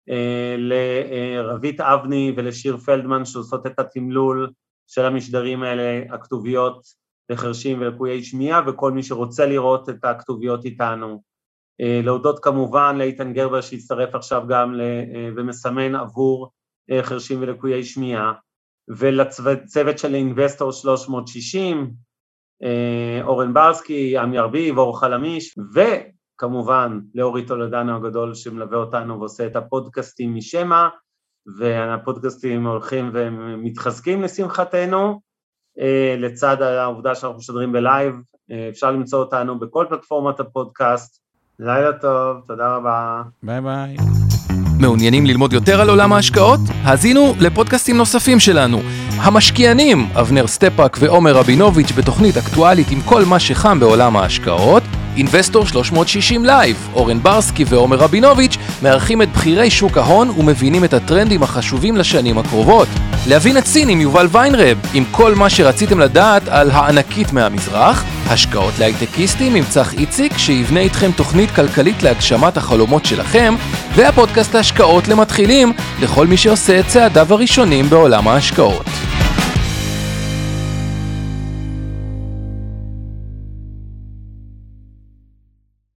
לרבית אבני ולשיר פלדמן שעושות את התמלול של המשדרים האלה, הכתוביות לחרשים ולקויי שמיעה, וכל מי שרוצה לראות את הכתוביות איתנו. להודות כמובן לאיתן גרבר שהצטרף עכשיו גם ומסמן עבור חרשים ולקויי שמיעה, ולצוות של אינבסטור 360, אורן ברסקי, עמי ארביב, אור חלמיש, וכמובן לאורי תולדנו הגדול שמלווה אותנו ועושה את הפודקאסטים משמע, והפודקאסטים הולכים ומתחזקים לשמחתנו, לצד העובדה שאנחנו משדרים בלייב, אפשר למצוא אותנו בכל פלטפורמת הפודקאסט. לילה טוב, תודה רבה. ביי ביי. מעוניינים ללמוד יותר על עולם ההשקעות? האזינו לפודקאסטים נוספים שלנו. המשקיענים, אבנר סטפאק ועומר רבינוביץ' בתוכנית אקטואלית עם כל מה שחם בעולם ההשקעות. אינבסטור 360 לייב, אורן ברסקי ועומר רבינוביץ' מארחים את בחירי שוק ההון ומבינים את הטרנדים החשובים לשנים הקרובות. להבין את סין עם יובל ויינרב, עם כל מה שרציתם לדעת על הענקית מהמזרח. השקעות להייטקיסטים עם צח איציק שיבנה איתכם תוכנית כלכלית להגשמת החלומות שלכם, והפודקאסט ההשקעות למתחילים לכל מי שעושה את צעדיו הראשונים בעולם ההשקעות.